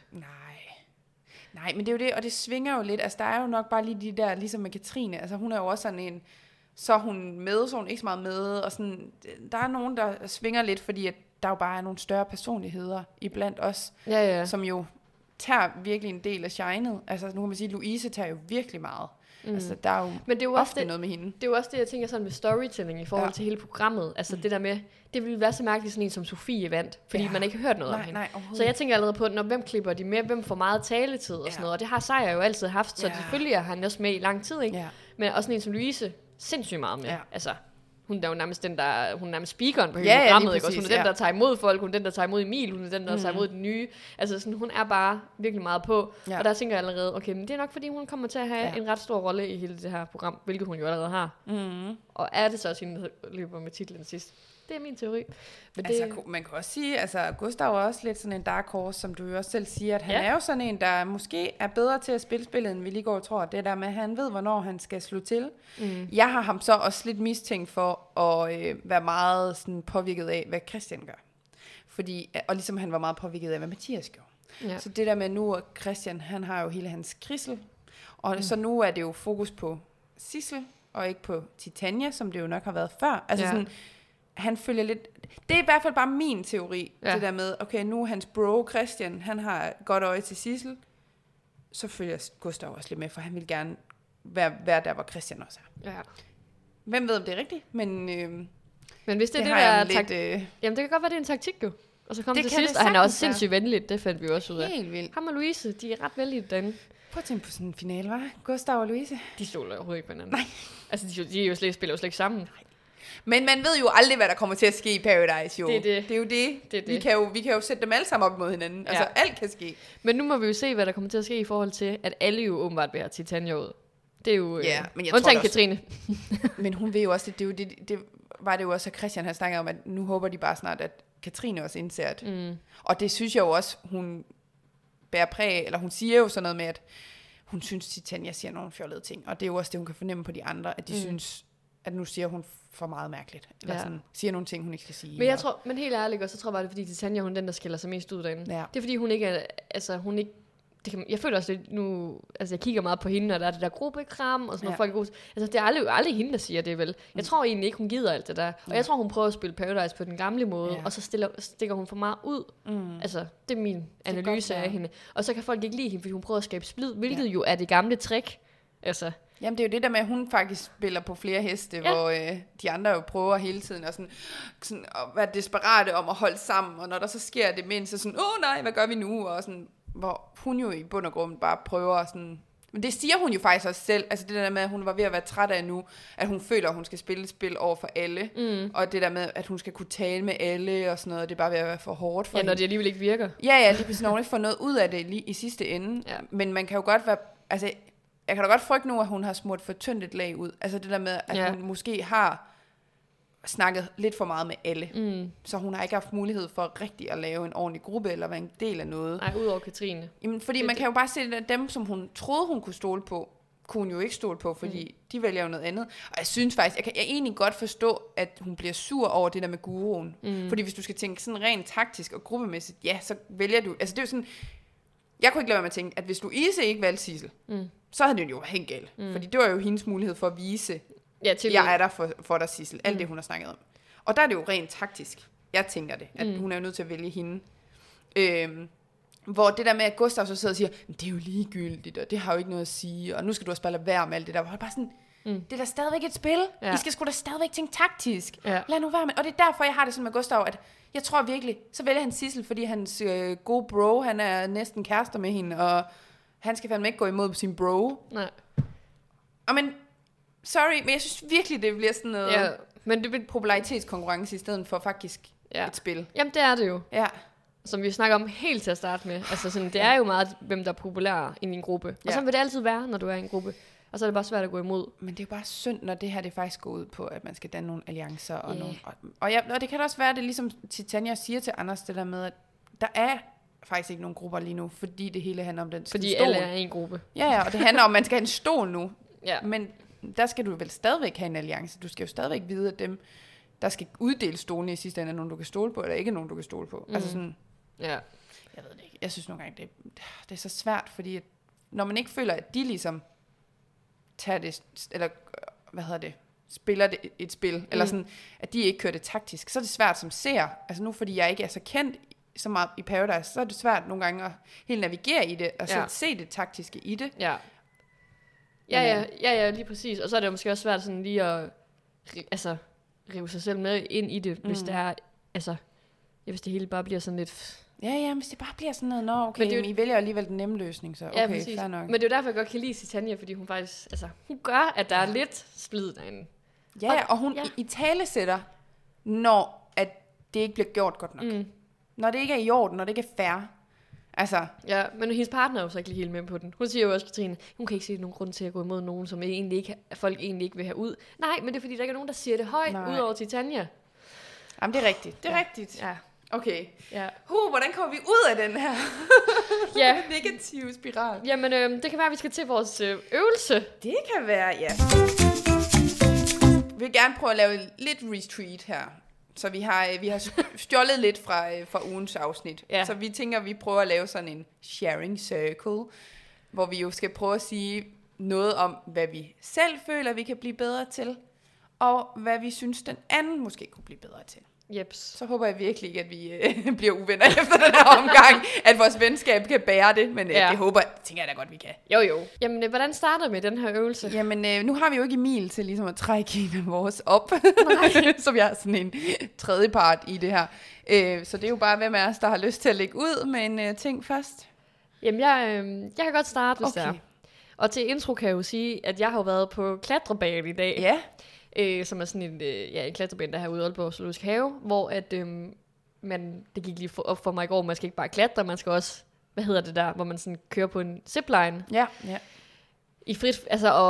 Nej, men det er jo det, og det svinger jo lidt. Altså, der er jo nok bare lige de der, ligesom med Katrine. Altså, hun er jo også sådan en, så er hun med, så er hun ikke så meget med. Og sådan, der er nogen, der svinger lidt, fordi at der jo bare er nogle større personligheder iblandt os, som jo tager virkelig en del af shinet. Altså, nu kan man sige, at Louise tager jo virkelig meget. Altså, der er jo, men det er jo ofte noget med hende. Det er jo også det, jeg tænker sådan med storytelling i forhold til hele programmet. Altså det der med, det ville være så mærkeligt sådan en som Sofie vandt, fordi man ikke har hørt noget om hende. Så jeg tænker allerede på, hvem klipper de med, hvem får meget taletid og sådan noget. Og det har Seier jo altid haft, så selvfølgelig er han også med i lang tid, ikke? Men også sådan en som Louise, sindssygt meget med. Altså, hun er jo nærmest den, der, hun er nærmest speakeren på hele programmet, ikke? Også hun er den, der tager imod folk, hun er den, der tager imod Emil, hun er den, der tager imod den nye. Altså sådan, hun er bare virkelig meget på. Og der tænker jeg allerede, okay, men det er nok fordi, hun kommer til at have en ret stor rolle i hele det her program, hvilket hun jo allerede har. Og er det så også hende, der løber med titlen sidst? Det er min teori. Men altså, man kan også sige, altså Gustav er også lidt sådan en dark horse, som du jo også selv siger, at han er jo sådan en, der måske er bedre til at spille spillet, end vi lige går og tror. Det der med, at han ved, hvornår han skal slå til. Jeg har ham så også lidt mistænkt for at være meget sådan påvirket af, hvad Christian gør. Fordi, og ligesom han var meget påvirket af, hvad Mathias gjorde. Så det der med nu, at Christian, han har jo hele hans krissel, og så nu er det jo fokus på Sissel, og ikke på Titania, som det jo nok har været før. Altså sådan, han følger lidt. Det er i hvert fald bare min teori, det der med, okay, nu hans bro Christian, han har godt øje til Sissel, så følger Gustav også lidt med, for han vil gerne være der, hvor Christian også er. Hvem ved, om det er rigtigt, men hvis det er det der jamen, det kan godt være, det er en taktik jo. Og så kommer til sidst, og han er også sindssygt venligt, det fandt vi også ud af. Helt vildt. Ham og Louise, de er ret venlige derinde. Prøv at tænke på sådan en finale, hva'? Gustav og Louise. De stoler overhovedet ikke på hinanden. Nej. Altså, de jo spiller jo slet ikke sammen. Nej. Men man ved jo aldrig, hvad der kommer til at ske i Paradise, jo. Det er jo det. Vi kan jo sætte dem alle sammen op mod hinanden. Altså, alt kan ske. Men nu må vi jo se, hvad der kommer til at ske i forhold til, at alle jo åbenbart vil have Titania ud. Det er jo men jeg undtagen Katrine. Men hun ved jo også, at det var det jo også, at Christian har snakket om, at nu håber de bare snart, at Katrine også indser, at og det synes jeg jo også, hun bærer præg, eller hun siger jo sådan noget med, at hun synes, Titania siger nogle fjollede ting, og det er jo også det, hun kan fornemme på de andre, at de synes, at nu siger hun for meget mærkeligt, eller sådan, siger nogle ting, hun ikke skal sige. Men jeg tror, men helt ærligt, og så tror jeg bare, det er fordi Titania, hun er den, der skiller sig mest ud derinde. Det er fordi, hun ikke er, altså hun ikke, jeg føler også lidt nu, altså jeg kigger meget på hende, og der er det der gruppekram, og sådan noget folk gode. Altså det er aldrig hende, der siger det vel. Jeg tror egentlig ikke, hun gider alt det der. Og jeg tror, hun prøver at spille Paradise på den gamle måde, og så stikker hun for meget ud. Altså det er min analyse af hende. Og så kan folk ikke lide hende, fordi hun prøver at skabe splid, hvilket jo er det gamle trick. Altså. Jamen det er jo det der med, at hun faktisk spiller på flere heste, hvor de andre jo prøver hele tiden at at være desperate om at holde sammen, og når der så sker det mindst, så sådan, nej, hvad gør vi nu? Og sådan, hvor hun jo i bund og grund bare prøver sådan, men det siger hun jo faktisk også selv, altså det der med, at hun var ved at være træt af nu, at hun føler, at hun skal spille et spil over for alle, og det der med, at hun skal kunne tale med alle og sådan noget, det er bare ved at være for hårdt for hende. Når det alligevel ikke virker. Ja, lige præcis, når hun ikke får noget ud af det lige i sidste ende, men man kan jo godt være, altså jeg kan da godt frygte nu, at hun har smurt for tyndt et lag ud. Altså det der med, at hun måske har snakket lidt for meget med alle. Så hun har ikke haft mulighed for rigtig at lave en ordentlig gruppe, eller være en del af noget. Nej, udover Katrine. Jamen, fordi man kan jo bare se, at dem, som hun troede, hun kunne stole på, kunne hun jo ikke stole på, fordi de vælger jo noget andet. Og jeg synes faktisk, jeg kan egentlig godt forstå, at hun bliver sur over det der med guruen. Fordi hvis du skal tænke sådan rent taktisk og gruppemæssigt, så vælger du, altså det er jo sådan, jeg kunne ikke lade være med at tænke, at hvis Louise ikke valgte Sissel, så havde det jo helt galt. Fordi det var jo hendes mulighed for at vise, jeg er der for dig, Sissel. Alt det, hun har snakket om. Og der er det jo rent taktisk. Jeg tænker det, at hun er jo nødt til at vælge hende. Hvor det der med, at Gustav så sidder og siger, det er jo ligegyldigt, og det har jo ikke noget at sige, og nu skal du også bare lade være med alt det der. Hvor det bare sådan, det er da stadigvæk et spil. I skal sgu da stadigvæk tænke taktisk. Lad nu være med. Og det er derfor, jeg har det sådan med Gustav, at jeg tror virkelig, så vælger han Sissel, fordi hans gode bro, han er næsten kærester med hende, og han skal fandme ikke gå imod sin bro. Nej. Men sorry, men jeg synes virkelig, det bliver sådan noget men det bliver popularitetskonkurrence i stedet for faktisk et spil. Jamen, det er det jo. Ja. Som vi snakker om helt til at starte med. Altså sådan, det er jo meget, hvem der er populær i en gruppe. Og så vil det altid være, når du er i en gruppe. Og så er det bare svært at gå imod. Men det er jo bare synd, når det her det faktisk går ud på, at man skal danne nogle alliancer. Og, og det kan da også være, det ligesom Titania siger til Anders, det der med, at der er faktisk ikke nogen grupper lige nu, fordi det hele handler om den fordi stol. alle er i en gruppe. Ja, og det handler om, at man skal have en stol nu. Ja. Men der skal du vel stadigvæk have en alliance. Du skal jo stadigvæk vide, at dem, der skal uddele stolene i sidste ende, er nogen, du kan stole på, eller ikke nogen, du kan stole på. Altså sådan, ja. Jeg ved det ikke. Jeg synes nogle gange, det er så svært, fordi at, når man ikke føler, at de ligesom tager det, eller spiller det et spil, eller sådan, at de ikke kører det taktisk, så er det svært som ser. Altså nu, fordi jeg ikke er så kendt så meget i Paradise, så er det svært nogle gange at helt navigere i det, og så se det taktiske i det. Ja. Ja, lige præcis. Og så er det måske også svært sådan lige at rive sig selv med ind i det, hvis det er, hvis det hele bare bliver sådan lidt... Ja, hvis det bare bliver sådan noget, men I vælger alligevel den nemme løsning, så okay, fair nok. Men det er jo derfor, jeg godt kan lide Titania, fordi hun faktisk, hun gør, at der er lidt splid derinde. Ja, og hun i talesætter, når at det ikke bliver gjort godt nok. Når det ikke er i orden, når det ikke er fair. Altså. Ja, men hendes partner er jo så ikke lige helt med på den. Hun siger jo også, Katrine, hun kan ikke se nogen grund til at gå imod nogen, som folk egentlig ikke vil have ud. Nej, men det er fordi, der ikke er nogen, der siger det højt, ud over Titania. Jamen, det er rigtigt. Det er rigtigt. Ja. Okay. Ja. Hvordan kommer vi ud af den her negative spiral? Jamen, det kan være, at vi skal til vores øvelse. Det kan være, ja. Vi vil gerne prøve at lave lidt retreat her. Så vi har stjålet lidt fra ugens afsnit. Ja. Så vi tænker, at vi prøver at lave sådan en sharing circle, hvor vi jo skal prøve at sige noget om, hvad vi selv føler, vi kan blive bedre til, og hvad vi synes, den anden måske kunne blive bedre til. Jeps. Så håber jeg virkelig ikke, at vi bliver uvenner efter den her omgang, at vores venskab kan bære det, men det tænker jeg da godt, vi kan. Jo. Jamen, hvordan starter vi med den her øvelse? Jamen, nu har vi jo ikke Emil til ligesom at trække en af vores op, så vi har sådan en tredje part i det her. Så det er jo bare, hvem af os, der har lyst til at lægge ud med en ting først. Jamen, jeg kan godt starte, hvis det er. Og til intro kan jeg jo sige, at jeg har været på klatrebane i dag. Ja. Som er sådan en klatrebane, der herude på Zoologisk Have, hvor at, det gik lige op for mig i går, man skal ikke bare klatre, man skal også, hvor man sådan kører på en zipline. Ja. I frit,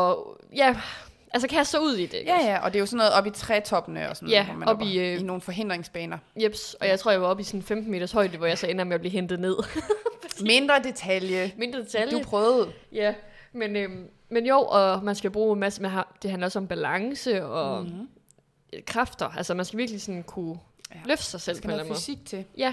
kaste sig ud i det. Ja, og det er jo sådan noget op i trætoppene og sådan noget, hvor man op i nogle forhindringsbaner. Jeps, og jeg tror, jeg var oppe i sådan 15 meters højde, hvor jeg så ender med at blive hentet ned. Mindre detalje. Du prøvede. Ja. Men jo, og man skal bruge en masse, det handler også om balance og kræfter. Altså man skal virkelig sådan kunne løfte sig selv på en eller anden måde. Fysik til. Ja,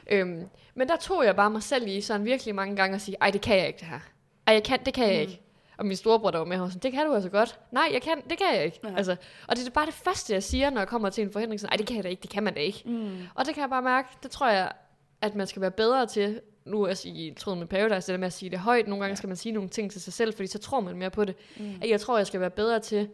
men der tog jeg bare mig selv i sådan virkelig mange gange og sige, ej, det kan jeg ikke det her. Det kan jeg ikke. Og min storebror, der var med, var sådan, det kan du altså godt. Nej, det kan jeg ikke. Altså, og det er bare det første, jeg siger, når jeg kommer til en forhindring. Sådan, ej, det kan jeg da ikke, det kan man da ikke. Og det kan jeg bare mærke, det tror jeg, at man skal være bedre til. Nu er jeg i tråden med Paradise, det der med at sige det højt. Nogle gange skal man sige nogle ting til sig selv, fordi så tror man mere på det. At jeg tror, jeg skal være bedre til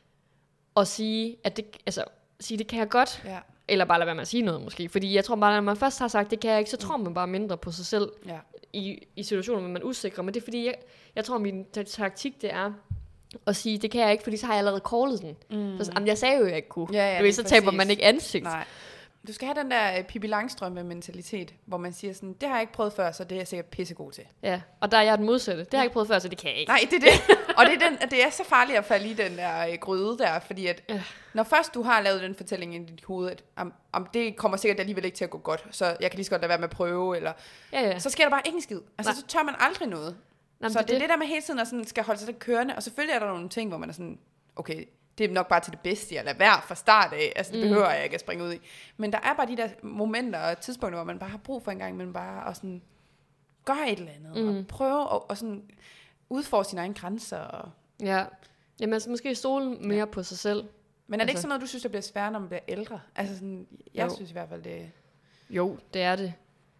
at sige, at det kan jeg godt. Ja. Eller bare lade være med at sige noget måske. Fordi jeg tror bare, når man først har sagt, det kan jeg ikke, så tror man bare mindre på sig selv i situationer, hvor man er usikker. Men det er fordi, jeg tror, min taktik det er at sige, det kan jeg ikke, fordi så har jeg allerede callet den. Så, jeg sagde jo, jeg ikke kunne. Ja, så taber man ikke ansigt. Nej. Du skal have den der Pippi Langstrømpe-mentalitet, hvor man siger sådan, det har jeg ikke prøvet før, så det er jeg sikkert pissegod til. Ja, og der er jeg den modsatte. Det har jeg ikke prøvet før, så det kan jeg ikke. Nej, det er det. Og det er så farligt at falde i den der gryde der, fordi at når først du har lavet den fortælling i dit hoved, at det kommer sikkert alligevel ikke til at gå godt, så jeg kan lige så godt lade være med at prøve, eller så sker der bare ikke en skid. Altså, så tør man aldrig noget. Så det er det der med hele tiden at sådan, skal holde sig kørende, og selvfølgelig er der nogle ting, hvor man er sådan, okay, det er nok bare til det bedste, jeg lader være fra start af. Altså, det behøver jeg ikke at springe ud i. Men der er bare de der momenter og tidspunkter, hvor man bare har brug for en gang, men bare at sådan gøre et eller andet, og prøve at sådan udfordre sine egne grænser. Og ja, jamen altså måske stole mere på sig selv. Men er det ikke sådan noget, du synes, der bliver sværere, når man bliver ældre? Altså sådan, jeg synes i hvert fald, det... Jo, det er det.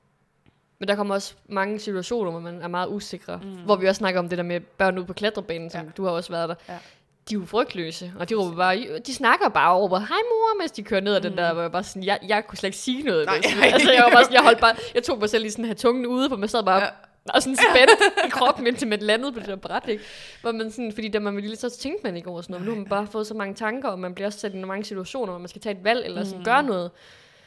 Men der kommer også mange situationer, hvor man er meget usikre. Hvor vi også snakker om det der med børn ude på klatrebanen, som du har også været der. Ja. De er jo frygtløse, og de snakker bare over, hej mor, mens de kører ned ad den der, hvor jeg bare sådan, jeg kunne slet ikke sige noget. Altså, jeg var bare sådan, jeg tog mig selv lige sådan, have tungen ude, for man sad bare og sådan spændt i kroppen, indtil man landede på det der bræt, ikke? Hvor man sådan, fordi da man ville lige, så tænkte man ikke over sådan noget. Nu har man bare fået så mange tanker, og man bliver også sat i mange situationer, hvor man skal tage et valg, eller sådan gøre noget.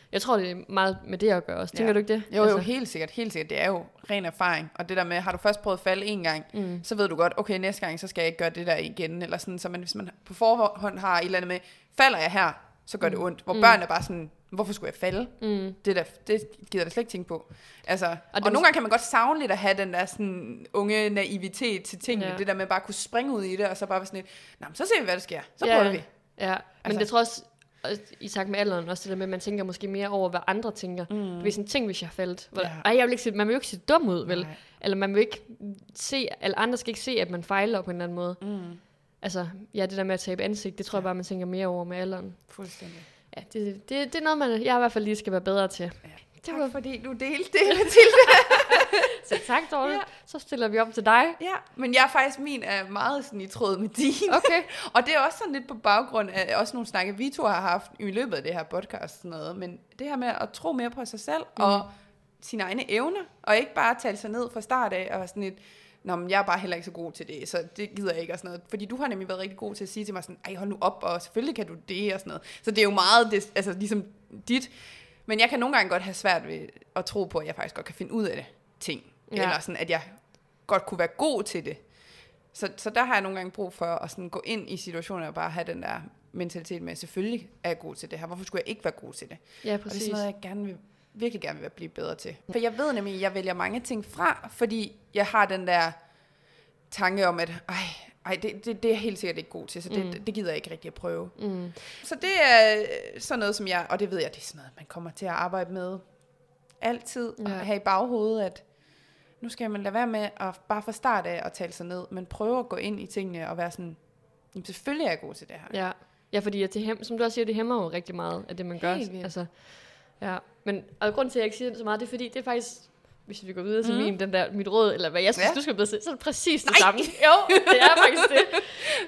Jeg tror, det er meget med det at gøre også. Tænker du ikke det? Jo, helt sikkert. Det er jo ren erfaring. Og det der med, har du først prøvet at falde en gang, så ved du godt, okay, næste gang, så skal jeg ikke gøre det der igen. Eller sådan, så hvis man på forhånd har et eller andet med, falder jeg her, så gør det ondt. Hvor børn er bare sådan, hvorfor skulle jeg falde? Det gider jeg slet ikke tænke på. Altså, og nogle gange kan man godt savne lidt at have den der sådan unge naivitet til tingene. Det der med bare at kunne springe ud i det, og så bare være sådan lidt, nå, så ser vi, hvad der sker. Så prøver vi. Ja, men det tror også, i takt med alderen, også det der med, at man tænker måske mere over, hvad andre tænker. Det er sådan en ting, hvis jeg faldt. Man vil jo ikke se dum ud, vel? Eller man vil ikke se, eller andre skal ikke se, at man fejler på en eller anden måde. Altså, det der med at tabe ansigt, det tror jeg bare, man tænker mere over med alderen. Fuldstændig. Ja, det er noget, jeg i hvert fald lige skal være bedre til. Ja. Tak fordi du delte det, Mathilde. Så tak, Dorte. Ja. Så stiller vi op til dig. Ja, men min er meget sådan i tråd med din. Okay. Og det er også sådan lidt på baggrund af også nogle snakke, vi to har haft i løbet af det her podcast. Sådan noget. Men det her med at tro mere på sig selv og sine egne evner, og ikke bare tale sig ned fra start af og sådan et, nå, men jeg er bare heller ikke så god til det, så det gider jeg ikke og sådan noget. Fordi du har nemlig været rigtig god til at sige til mig sådan, ej, hold nu op, og selvfølgelig kan du det og sådan noget. Så det er jo meget, altså ligesom dit. Men jeg kan nogle gange godt have svært ved at tro på, at jeg faktisk godt kan finde ud af det ting. Ja. Eller sådan, at jeg godt kunne være god til det. Så der har jeg nogle gange brug for at sådan gå ind i situationer og bare have den der mentalitet med, at selvfølgelig er jeg god til det her. Hvorfor skulle jeg ikke være god til det? Ja, præcis. Og det er sådan noget, jeg virkelig gerne vil blive bedre til. For jeg ved nemlig, at jeg vælger mange ting fra, fordi jeg har den der tanke om, at det er jeg helt sikkert ikke god til, så det gider jeg ikke rigtig at prøve. Så det er sådan noget, som og det ved jeg, det er sådan noget, man kommer til at arbejde med altid, og have i baghovedet, at nu skal man lade være med at bare fra start af at tale sig ned, men prøve at gå ind i tingene og være sådan, selvfølgelig er jeg god til det her. Ja, fordi som du også siger, det hæmmer jo rigtig meget af det, man gør. Altså, men grunden til, at jeg ikke siger det så meget, det er fordi, det er faktisk, hvis vi går videre til mit råd, eller hvad jeg synes, du skal bedre se, så er det præcis det samme. Jo, det er faktisk det.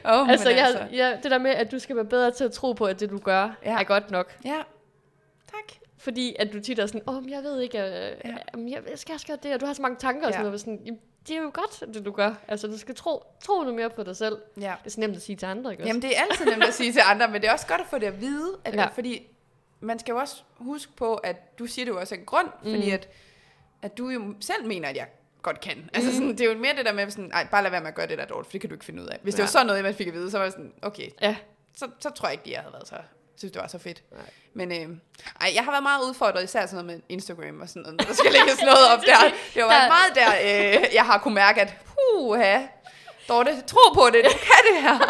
Det der med, at du skal være bedre til at tro på, at det du gør, er godt nok. Ja, tak. Fordi at du tit er sådan, jeg ved ikke, jeg skal også gøre det, og du har så mange tanker og sådan noget. Sådan, det er jo godt, det du gør. Altså, du skal tro noget mere på dig selv. Ja. Det er så nemt at sige til andre, ikke også? Jamen, det er altid nemt at sige til andre, men det er også godt at få det at vide, fordi man skal jo også huske på, at du siger det jo også af en grund, fordi at du jo selv mener, at jeg godt kan. Altså, sådan, det er jo mere det der med, sådan, bare lad være med at gøre det der dårligt, for det kan du ikke finde ud af. Hvis det var sådan noget, man fik at vide, så var det sådan, okay, så tror jeg ikke, jeg havde været så, synes det var så fedt. Nej. Men jeg har været meget udfordret, især sådan noget med Instagram og sådan noget. Der skal lægges noget op der. Det var meget der, jeg har kunne mærke, at Dorte, tro på det, du kan det her.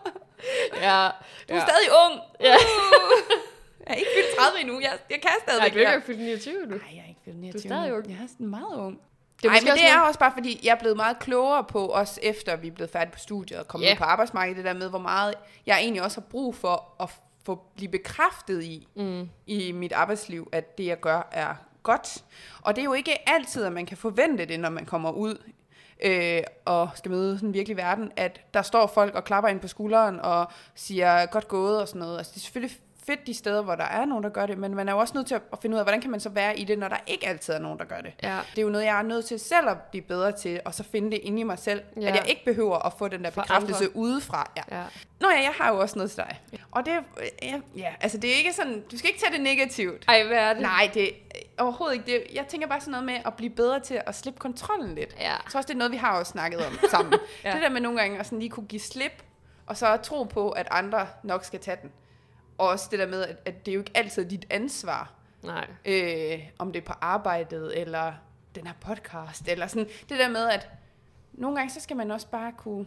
Du er stadig ung. Ja. Jeg er ikke fyldt 30 endnu. Jeg kan stadigvæk. Nej, du er ikke fyldt 29 nu. Nej, jeg er ikke fyldt 29. Du er stadig ung. Jeg er sådan meget ung. Men det er også bare, fordi jeg er blevet meget klogere på, også efter vi er blevet færdige på studiet og kommet ud på arbejdsmarkedet, det der med, hvor meget jeg egentlig også har brug for at blive bekræftet i mit arbejdsliv, at det, jeg gør, er godt. Og det er jo ikke altid, at man kan forvente det, når man kommer ud og skal møde sådan en virkelig verden, at der står folk og klapper ind på skulderen og siger godt gået og sådan noget. Altså, det er selvfølgelig fedt de steder, hvor der er nogen, der gør det, men man er jo også nødt til at finde ud af, hvordan kan man så være i det, når der ikke altid er nogen, der gør det. Ja. Det er jo noget, jeg er nødt til selv at blive bedre til, og så finde det inde i mig selv, at jeg ikke behøver at få den der bekræftelse udefra. Ja. Jeg har jo også noget til dig. Ja. Og det, altså det er ikke sådan, du skal ikke tage det negativt. Ej, hvad er det? Nej, det overhovedet ikke. Jeg tænker bare sådan noget med at blive bedre til at slippe kontrollen lidt. Ja. Jeg tror også, det er noget, vi har også snakket om sammen. Det der med nogle gange at sådan lige kunne give slip, og så tro på, at andre nok skal tage den. Og også det der med, at det er jo ikke altid dit ansvar. Nej. Om det er på arbejdet, eller den her podcast, eller sådan. Det der med, at nogle gange, så skal man også bare kunne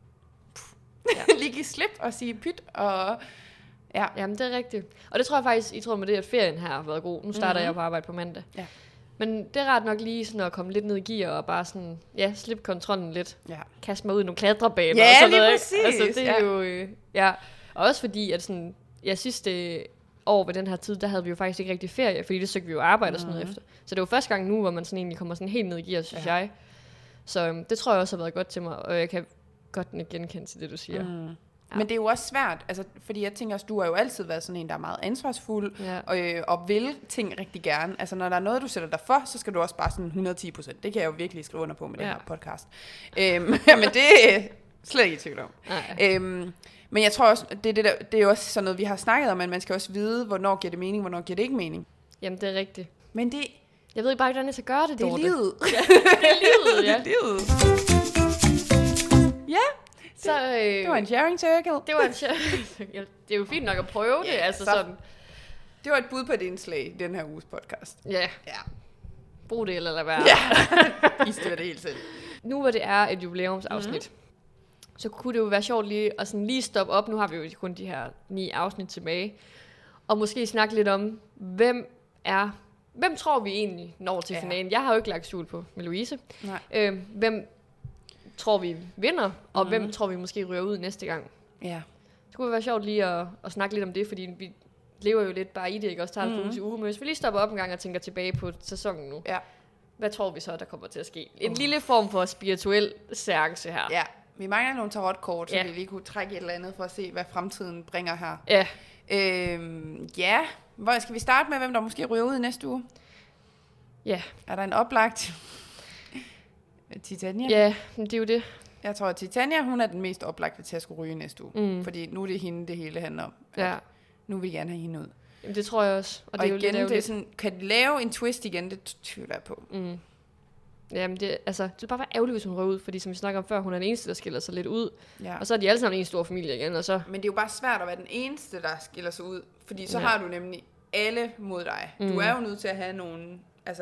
lige give slip og sige pyt. Og, Jamen, det er rigtigt. Og det tror jeg faktisk, I tror med det, at ferien her har været god. Nu starter jeg på arbejde på mandag. Ja. Men det er ret nok lige sådan at komme lidt ned i gear og bare sådan, slippe kontrollen lidt. Ja. Kaste mig ud i nogle klatrebaner og sådan noget. Præcis. Altså, det er jo, og også fordi, at sådan, jeg synes det år ved den her tid, der havde vi jo faktisk ikke rigtig ferie, fordi det søgte vi jo arbejde og sådan noget efter. Så det var første gang nu, hvor man sådan egentlig kommer sådan helt ned i gear, synes jeg. Så det tror jeg også har været godt til mig, og jeg kan godt genkende til det, du siger. Ja. Men det er jo også svært, altså, fordi jeg tænker også, du har jo altid været sådan en, der er meget ansvarsfuld, og vil ting rigtig gerne. Altså, når der er noget, du sætter dig for, så skal du også bare sådan 110%. Det kan jeg jo virkelig skrive under på med den her podcast. Men det er slet ikke i tvivl om. Men jeg tror også, det er jo også sådan noget, vi har snakket om, at man skal også vide, hvornår giver det mening, hvornår giver det ikke mening. Jamen, det er rigtigt. Men det... Jeg ved ikke bare, hvordan jeg skal gøre det, Det er Dorte. livet. Det er livet, ja. Det er livet. Ja, Så, det var en sharing circle. Det var en det er jo fint nok at prøve det, altså så- sådan. Det var et bud på et indslag i den her uges podcast. Ja, Ja. brug det eller lad være. Ja. I styrer det helt selv. Nu hvor det er et jubilæumsafsnit, så kunne det jo være sjovt lige stoppe op. Nu har vi jo kun de her 9 afsnit tilbage. Og måske snakke lidt om, hvem tror vi egentlig når til finalen? Jeg har jo ikke lagt skjul på med Louise. Nej. Hvem tror vi vinder, og hvem tror vi måske ryger ud næste gang? Ja. Det kunne være sjovt lige at snakke lidt om det, fordi vi lever jo lidt bare i det, ikke? Også tager en uge, men hvis vi lige stopper op en gang og tænker tilbage på sæsonen nu. Ja. Hvad tror vi så, der kommer til at ske? En lille form for spirituel seance her. Ja. Vi mangler nogle tarotkort, så Ja. vi lige kunne trække et eller andet for at se, hvad fremtiden bringer her. Ja. Ja. Hvor skal vi starte med, hvem der måske ryger ud i næste uge? Ja. Er der en oplagt? Titania? Ja, men det er jo det. Jeg tror, at Titania, hun er den mest oplagte til at skulle ryge næste uge. Fordi nu er det hende, det hele handler om. Ja. Nu vil vi gerne have hende ud. Jamen, det tror jeg også. Og det er jo igen, lidt det er ærgerligt. sådan, kan de lave en twist igen? Det tvivler jeg på. Jamen, det vil bare være ærgerligt, hvis hun rører ud, fordi som vi snakker om før, hun er den eneste, der skiller sig lidt ud. Ja. Og så er de alle sammen en stor familie igen, og så... Men det er jo bare svært at være den eneste, der skiller sig ud. Fordi så har du nemlig alle mod dig. Du er jo nødt til at have nogle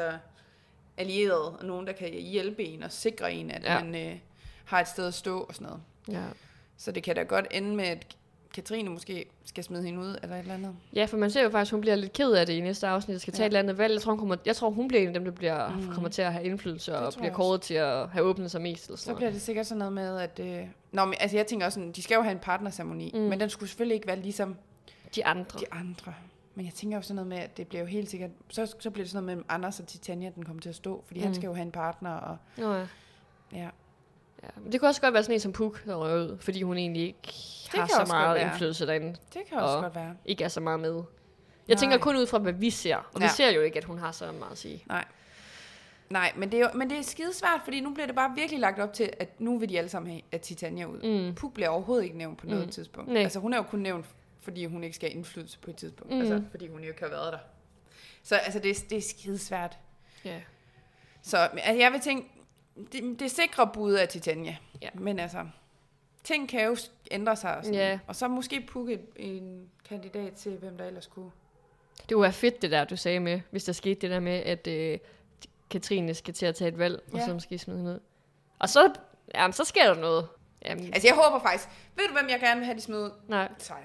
allierede, og nogen, der kan hjælpe en og sikre en, at man har et sted at stå og sådan noget. Ja. Så det kan da godt ende med, at Katrine måske skal smide hende ud, eller et eller andet. Ja, for man ser jo faktisk, at hun bliver lidt ked af det i næste afsnit, og skal tage et eller andet valg. Jeg tror, hun bliver en af dem, der kommer til at have indflydelse, og bliver kåret til at have åbnet sig mest. Eller sådan Så bliver det sikkert sådan noget med, at... men jeg tænker også sådan, de skal jo have en partnerceremoni, men den skulle selvfølgelig ikke være ligesom de andre. Men jeg tænker jo sådan noget med, at det bliver jo helt sikkert... Så bliver det sådan noget mellem Anders og Titania, den kommer til at stå, fordi han skal jo have en partner, og... Nå ja. Ja. Ja, men det kunne også godt være sådan en som Puk, der rører ud, fordi hun egentlig ikke har så meget indflydelse derinde. Det kan også godt være. Ikke er så meget med. Jeg tænker kun ud fra, hvad vi ser. Og vi ser jo ikke, at hun har så meget at sige. Nej, men det er skidesvært, fordi nu bliver det bare virkelig lagt op til, at nu vil de alle sammen have at Titania ud. Puk bliver overhovedet ikke nævnt på noget tidspunkt. Nej. Altså hun er jo kun nævnt, fordi hun ikke skal have indflydelse på et tidspunkt. Altså fordi hun jo ikke har været der. Så altså det er skidesvært. Ja. Så altså, jeg vil tænke, det sikre bud af Titania. Ja. Men altså, ting kan jo ændre sig. Og, sådan. Ja. Og så måske Puk en kandidat til, hvem der ellers kunne. Det kunne være fedt, det der, du sagde med, hvis der skete det der med, at Katrine skal til at tage et valg, og så måske smide hende ud. Og så sker der noget. Jamen, Altså jeg håber faktisk, ved du hvem jeg gerne vil have de smidt ud? nej. Sejr.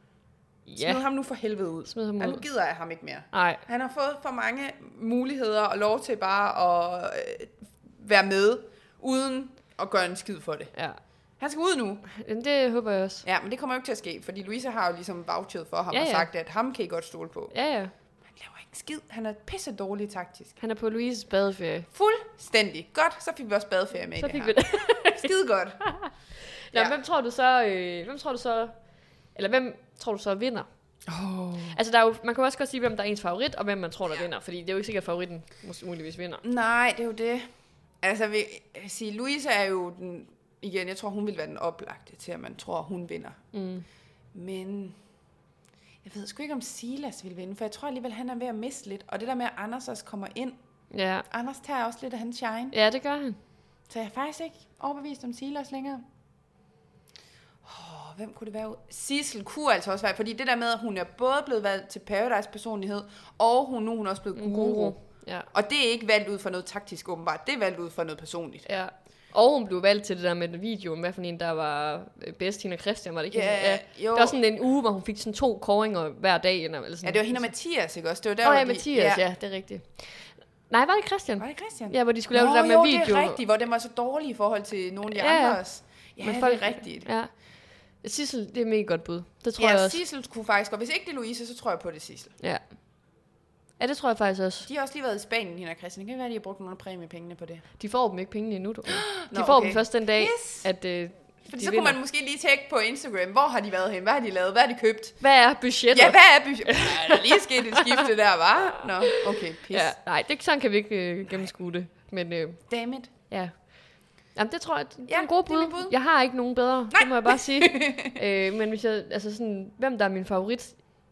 Ja. Smid ham nu for helvede ud. Smid ham Ja, ud. nu gider jeg ham ikke mere. Nej. Han har fået for mange muligheder og lov til bare at være med, uden at gøre en skid for det. Ja. Han skal ud nu. Jamen, det håber jeg også. Ja, men det kommer jo ikke til at ske, fordi Louise har jo ligesom vouchet for ham og sagt, at ham kan I godt stole på. Ja. Han laver ikke en skid. Han er pisse dårlig taktisk. Han er på Louises badeferie. Fuldstændig. Godt, så fik vi også badeferie med Så i fik det vi her. det. Skide godt. Nå, hvem tror du så vinder? Altså, der er jo, man kan også godt sige, hvem der er ens favorit, og hvem man tror, der vinder. Fordi det er jo ikke sikkert, at favoritten muligvis vinder. Nej, det er jo det. Altså, jeg vil sige, Louise er jo den... Igen, jeg tror, hun vil være den oplagte til, at man tror, hun vinder. Men jeg ved sgu ikke, om Silas vil vinde, for jeg tror alligevel, han er ved at miste lidt. Og det der med, at Anders også kommer ind. Ja. Anders tager også lidt af hans shine. Ja, det gør han. Så jeg er faktisk ikke overbevist om Silas længere. Hvem kunne det være? Sissel kunne altså også være, fordi det der med, at hun er både blevet valgt til Paradise personlighed, og nu er hun også blevet guru. Ja. Og det er ikke valgt ud fra noget taktisk åbenbart, det er valgt ud fra noget personligt. Ja. Og hun blev valgt til det der med den video, hvad for en, der var bedst, hende og Christian, var det ikke? Ja, jo. Det var sådan en uge, hvor hun fik sådan 2 kåringer hver dag. Eller sådan. Ja, det var hende og Mathias, ikke også? Det var der, Mathias, ja, det er rigtigt. Nej, var det Christian? Var det Christian? Ja, hvor de skulle lave det der med video. det er rigtigt, hvor den var så dårlig i forhold til nogle af de andres. Ja, men folk, det er rigtigt. Ja. Sissel, det er mega godt bud. Det tror jeg jeg også. Sissel kunne faktisk, og hvis ikke det er Louise, så tror jeg på det Sissel. Ja. Ja, det tror jeg faktisk også. De har også lige været i Spanien, hende og Christian. Det kan være, de har brugt nogle af præmiepengene på det. De får dem ikke pengene endnu, du. De får dem først den dag, at fordi så kunne man måske lige tjekke på Instagram, hvor har de været hen, hvad har de lavet, hvad har de købt? Hvad er budgettet? Ja, hvad er budgettet? Ja, der lige sket et skifte der, var. Nå, okay, pis. Ja, nej, sådan kan vi ikke gennemskue det. Men, dammit. Ja. Jamen, det tror jeg, det er en god bud. Jeg har ikke nogen bedre, Nej. det må jeg bare sige. Men hvis jeg, altså sådan, hvem der er min favorit?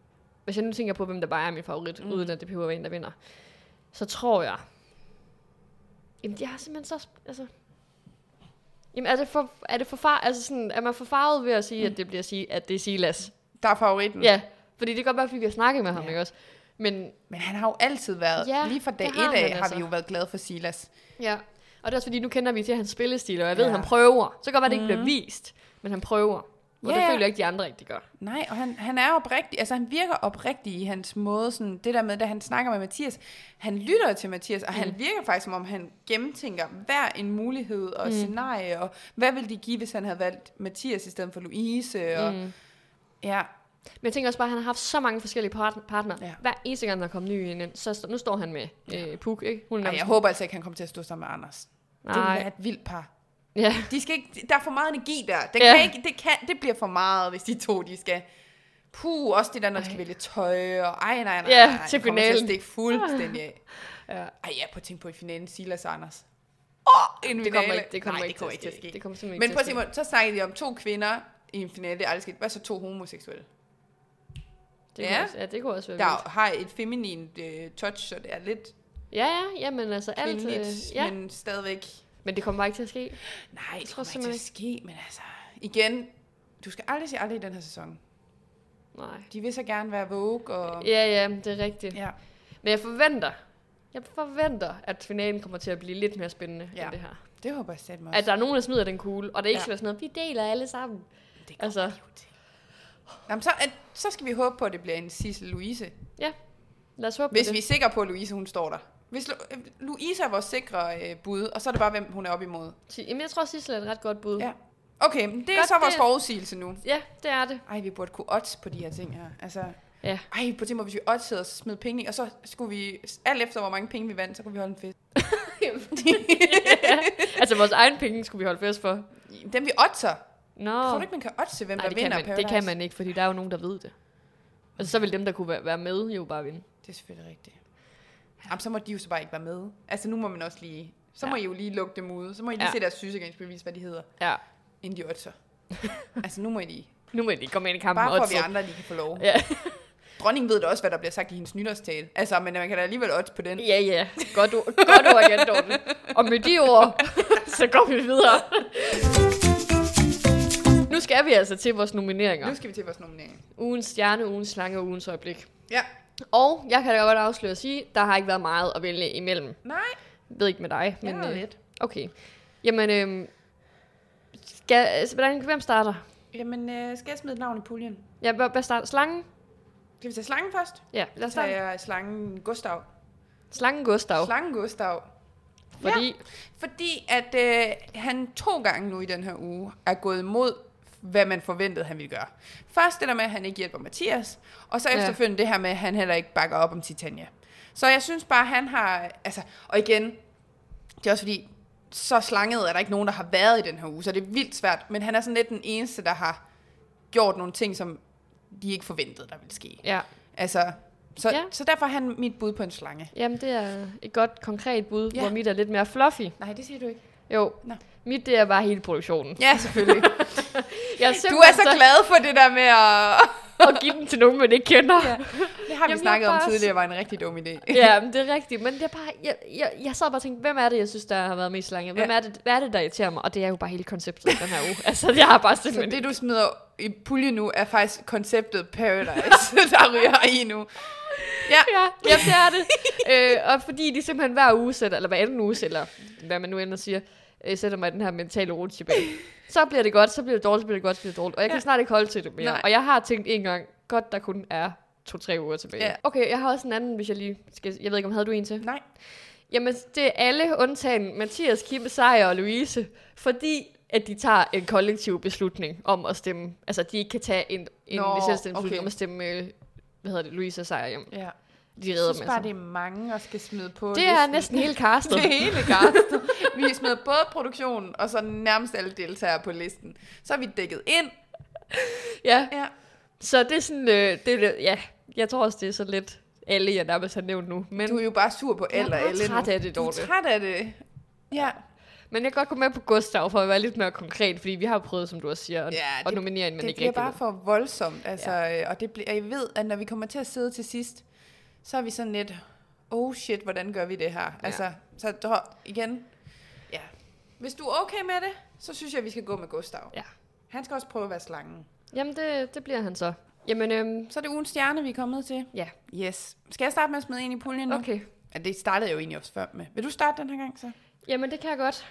hvis jeg nu tænker på, hvem der bare er min favorit, uden at det behøver at være en, der vinder, så tror jeg, jamen jeg har simpelthen så, altså, jamen er det for far, altså sådan, er man for farvet ved at sige, at det bliver at det er Silas? Der er favoritten. Ja, fordi det kan godt være, at vi kan snakke med ham, ikke også? Men han har jo altid været, lige fra dag 1 af, har vi jo været glade for Silas. Ja, og det er også fordi, nu kender vi til hans spillestil, og jeg ved, at han prøver. Så kan godt være, det ikke bliver vist, men han prøver. Og det føler jeg ikke, de andre rigtig gør. Nej, og han er oprigtig, altså han virker oprigtig i hans måde, sådan det der med, da han snakker med Mathias, han lytter til Mathias, og han virker faktisk, som om han gennemtænker hver en mulighed og scenarie, og hvad ville de give, hvis han havde valgt Mathias i stedet for Louise, og ja. Men jeg tænker også bare, at han har haft så mange forskellige partnere. Ja. Hver eneste gang, der kommer ny ind, så nu står han med Puk, ikke? Jeg håber altså ikke, han kommer til at stå sammen med Anders. Det er et vildt par. Ja. De skal ikke, der er for meget energi der. Det bliver for meget, hvis de to, de skal... også det der, når de skal vælge tøj, og nej, til finalen. Til at stikke fuldstændig af. Ja. Jeg på at tænke på i finalen, Silas og Anders. Det kommer ikke til at ske. Det kommer simpelthen ikke til at ske. Men så snakkede de om 2 kvinder i en finale, det er aldrig sket. Hvad så 2 homoseksuelle? Det kunne også være der vildt. Har et feminint touch, så det er lidt... Ja, men altså alt... men stadigvæk... Men det kommer bare ikke til at ske. Nej, det kommer ikke til at ske, men altså... Igen, du skal aldrig sige aldrig i den her sæson. Nej. De vil så gerne være Vogue, og... Ja, det er rigtigt. Ja. Men jeg forventer, at finalen kommer til at blive lidt mere spændende end det her. Det håber jeg selv også. At der er nogen, der smider den kugle, og det ikke skal være sådan noget, vi deler alle sammen. Det kommer jo til. Jamen, så skal vi håbe på, at det bliver en Sissel Louise. Ja, lad os håbe hvis vi er sikre på, at Louise, hun står der. Hvis Louise er vores sikre bud, og så er det bare, hvem hun er op imod. Jamen, jeg tror, at Sissel er et ret godt bud. Ja. Okay, men det er så vores forudsigelse nu. Ja, det er det. Ej, vi burde kunne odds på de her ting her. Altså, ja. Ej, på det måde, hvis vi oddsede og smed penge i, og så skulle vi, alt efter hvor mange penge vi vandt, så kunne vi holde en fest. Ja. Altså, vores egen penge skulle vi holde fest for. Dem vi oddser. Nå. Tror du ikke, man kan oddse, hvem der vinder Paradise? Det kan man ikke, fordi der er jo nogen, der ved det. Altså, så vil dem, der kunne være med, jo bare vinde. Det er selvfølgelig rigtigt. Jamen, så må de jo så bare ikke være med. Altså, nu må man også lige... Så må I jo lige lukke dem ud. Så må I lige se deres sygesikringsbevis, hvad de hedder. Ja. Inden de oddser. Altså, nu må I lige... komme ind i kampen. Bare for vi andre, de kan få lov. Ja. Dronningen ved da også, hvad der bliver sagt i hendes nytårstale. Altså, men man kan da alligevel odds på den. Ja. Godt ord igen, Dorte. Og med de ord, så går vi videre. Nu skal vi altså til vores nomineringer. Nu skal vi til vores nomineringer. Ugens stjerne, ugens slange og ugens øjeblik. Ja. Og jeg kan da godt afsløre at sige, der har ikke været meget at vælge imellem. Nej. Jeg ved ikke med dig. Men, lidt. Okay. Jamen, hvem starter? Jamen, skal jeg smide et navn i puljen? Ja, hvad starter? Slangen? Skal vi tage slangen først? Ja, lad os starte. Så tager jeg slangen Gustav. Slangen Gustav? Slangen Gustav. Fordi? Ja, fordi at han 2 gange nu i den her uge er gået imod, hvad man forventede, han ville gøre. Først det der med, at han ikke hjælper Mathias, og så efterfølgende det her med, at han heller ikke bakker op om Titania. Så jeg synes bare, han har... Altså, og igen, det er også fordi, så slanget er der ikke nogen, der har været i den her uge, så det er vildt svært. Men han er sådan lidt den eneste, der har gjort nogle ting, som de ikke forventede, der ville ske. Ja. Altså... Så derfor er han mit bud på en slange. Jamen, det er et godt, konkret bud, hvor mit er lidt mere fluffy. Nej, det siger du ikke. Jo, mit det er bare hele produktionen. Ja, selvfølgelig. Du er så glad for det der med at give den til nogen, man ikke kender. Ja. Det har vi snakket om tidligere, var en rigtig dum idé. Ja, men det er rigtigt. Men det er bare, jeg sad bare og tænkte, hvem er det, jeg synes, der har været mest slange? Hvad er det, der irriterer mig? Og det er jo bare hele konceptet den her uge. Altså, jeg har bare simpelthen... Så det, du smider i puljen nu, er faktisk konceptet Paradise, der ryger i nu. Ja, det er det. Og fordi de simpelthen hver uge sætter, eller hver anden uge sætter, hvad man nu end siger, sætter mig den her mentale rute tilbage. Så bliver det godt, så bliver det dårligt, så bliver det godt, så bliver det dårligt. Og jeg kan snart ikke holde til det mere. Nej. Og jeg har tænkt en gang, godt der kun er 2-3 uger tilbage. Ja. Okay, jeg har også en anden, hvis jeg lige skal... Jeg ved ikke, om havde du en til? Nej. Jamen, det er alle undtagen Mathias, Kim, Sejer og Louise. Fordi at de tager en kollektiv beslutning om at stemme. Altså, de ikke kan tage en selvstændig beslutning om at stemme... Louise og Sejer hjem. Ja. De redder jeg synes bare, det er mange at skal smide på. Det er næsten hele castet. Det er hele castet. Vi har smidt både produktionen, og så nærmest alle deltagere på listen. Så er vi dækket ind. Ja. Så det er sådan, jeg tror også, det er så lidt alle, jeg nærmest har nævnt nu. Men du er jo bare sur på alle og alle nu. Jeg er træt af det, Dorte. Du er træt af det. Ja. Men jeg kan godt gå med på Gustav, for at være lidt mere konkret, fordi vi har prøvet, som du også siger, at nominere en, men ikke rigtig. Det bliver bare for voldsomt, altså, og jeg ved, at når vi kommer til at sidde til sidst, så er vi sådan lidt, oh shit, hvordan gør vi det her? Ja. Altså, så igen, ja. Hvis du er okay med det, så synes jeg, vi skal gå med Gustav. Ja. Han skal også prøve at være slangen. Jamen, det bliver han så. Jamen, så er det ugens stjerne, vi er kommet til. Ja. Yes. Skal jeg starte med at smide en i puljen nu? Okay. Ja, det startede jeg jo egentlig også før med. Vil du starte den her gang så? Jamen, det kan jeg godt.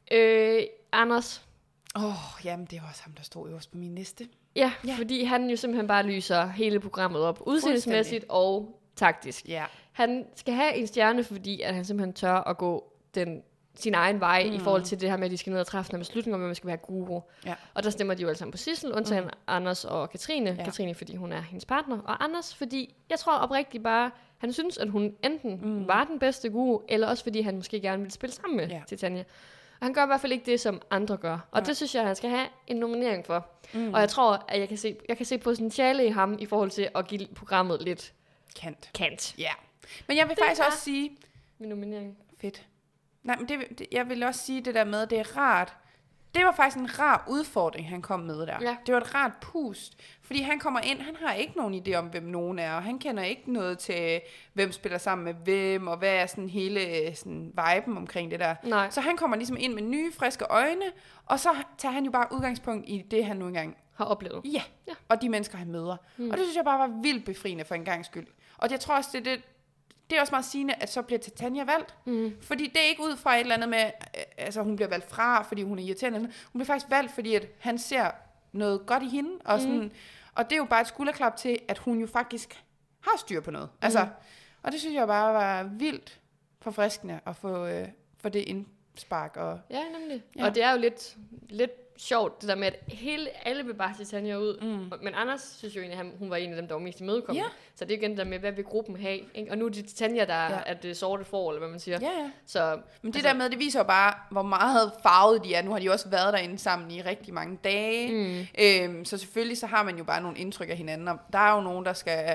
Anders. Jamen, det var også ham, der stod øverst på min liste. Ja, fordi han jo simpelthen bare lyser hele programmet op, udseendemæssigt og taktisk. Ja. Han skal have en stjerne, fordi at han simpelthen tør at gå sin egen vej i forhold til det her med, at de skal ned og træffe en beslutning om, hvem man skal være guru. Ja. Og der stemmer de jo alle sammen på Sissel, undtagen Anders og Katrine. Ja. Katrine, fordi hun er hendes partner, og Anders, fordi jeg tror oprigtigt bare, han synes, at hun enten var den bedste guru, eller også fordi han måske gerne ville spille sammen med Titania. Og han gør i hvert fald ikke det, som andre gør. Og det synes jeg, han skal have en nominering for. Og jeg tror, at jeg kan se potentiale i ham, i forhold til at give programmet lidt kant. Ja. Men jeg vil faktisk også sige... Min nominering. Fedt. Nej, men jeg vil også sige det der med, det er rart. Det var faktisk en rar udfordring, han kom med der. Ja. Det var et rart pust. Fordi han kommer ind, han har ikke nogen idé om, hvem nogen er. Og han kender ikke noget til, hvem spiller sammen med hvem, og hvad er sådan hele sådan viben omkring det der. Nej. Så han kommer ligesom ind med nye, friske øjne, og så tager han jo bare udgangspunkt i det, han nu engang har oplevet. Ja, og de mennesker, han møder. Og det synes jeg bare var vildt befriende for en gang skyld. Og jeg tror også, det er også meget sigende, at så bliver Titania valgt. Fordi det er ikke ud fra et eller andet med, altså hun bliver valgt fra, fordi hun er irriterende. Hun bliver faktisk valgt, fordi at han ser noget godt i hende. Og, sådan, og det er jo bare et skulderklap til, at hun jo faktisk har styr på noget. Altså, og det synes jeg bare var vildt forfriskende at få det indspark. Og, ja, nemlig. Ja. Og det er jo lidt sjovt, det der med, at alle vil bare Titania ud. Men Anders synes jo egentlig, at hun var en af dem, der var mest imødekommende. Ja. Så det er jo igen det der med, hvad vil gruppen have? Ikke? Og nu er det Titania, der er det sorte får, eller hvad man siger. Ja. Så, men det der med, det viser jo bare, hvor meget farvet de er. Nu har de også været derinde sammen i rigtig mange dage. Så selvfølgelig så har man jo bare nogle indtryk af hinanden. Og der er jo nogen,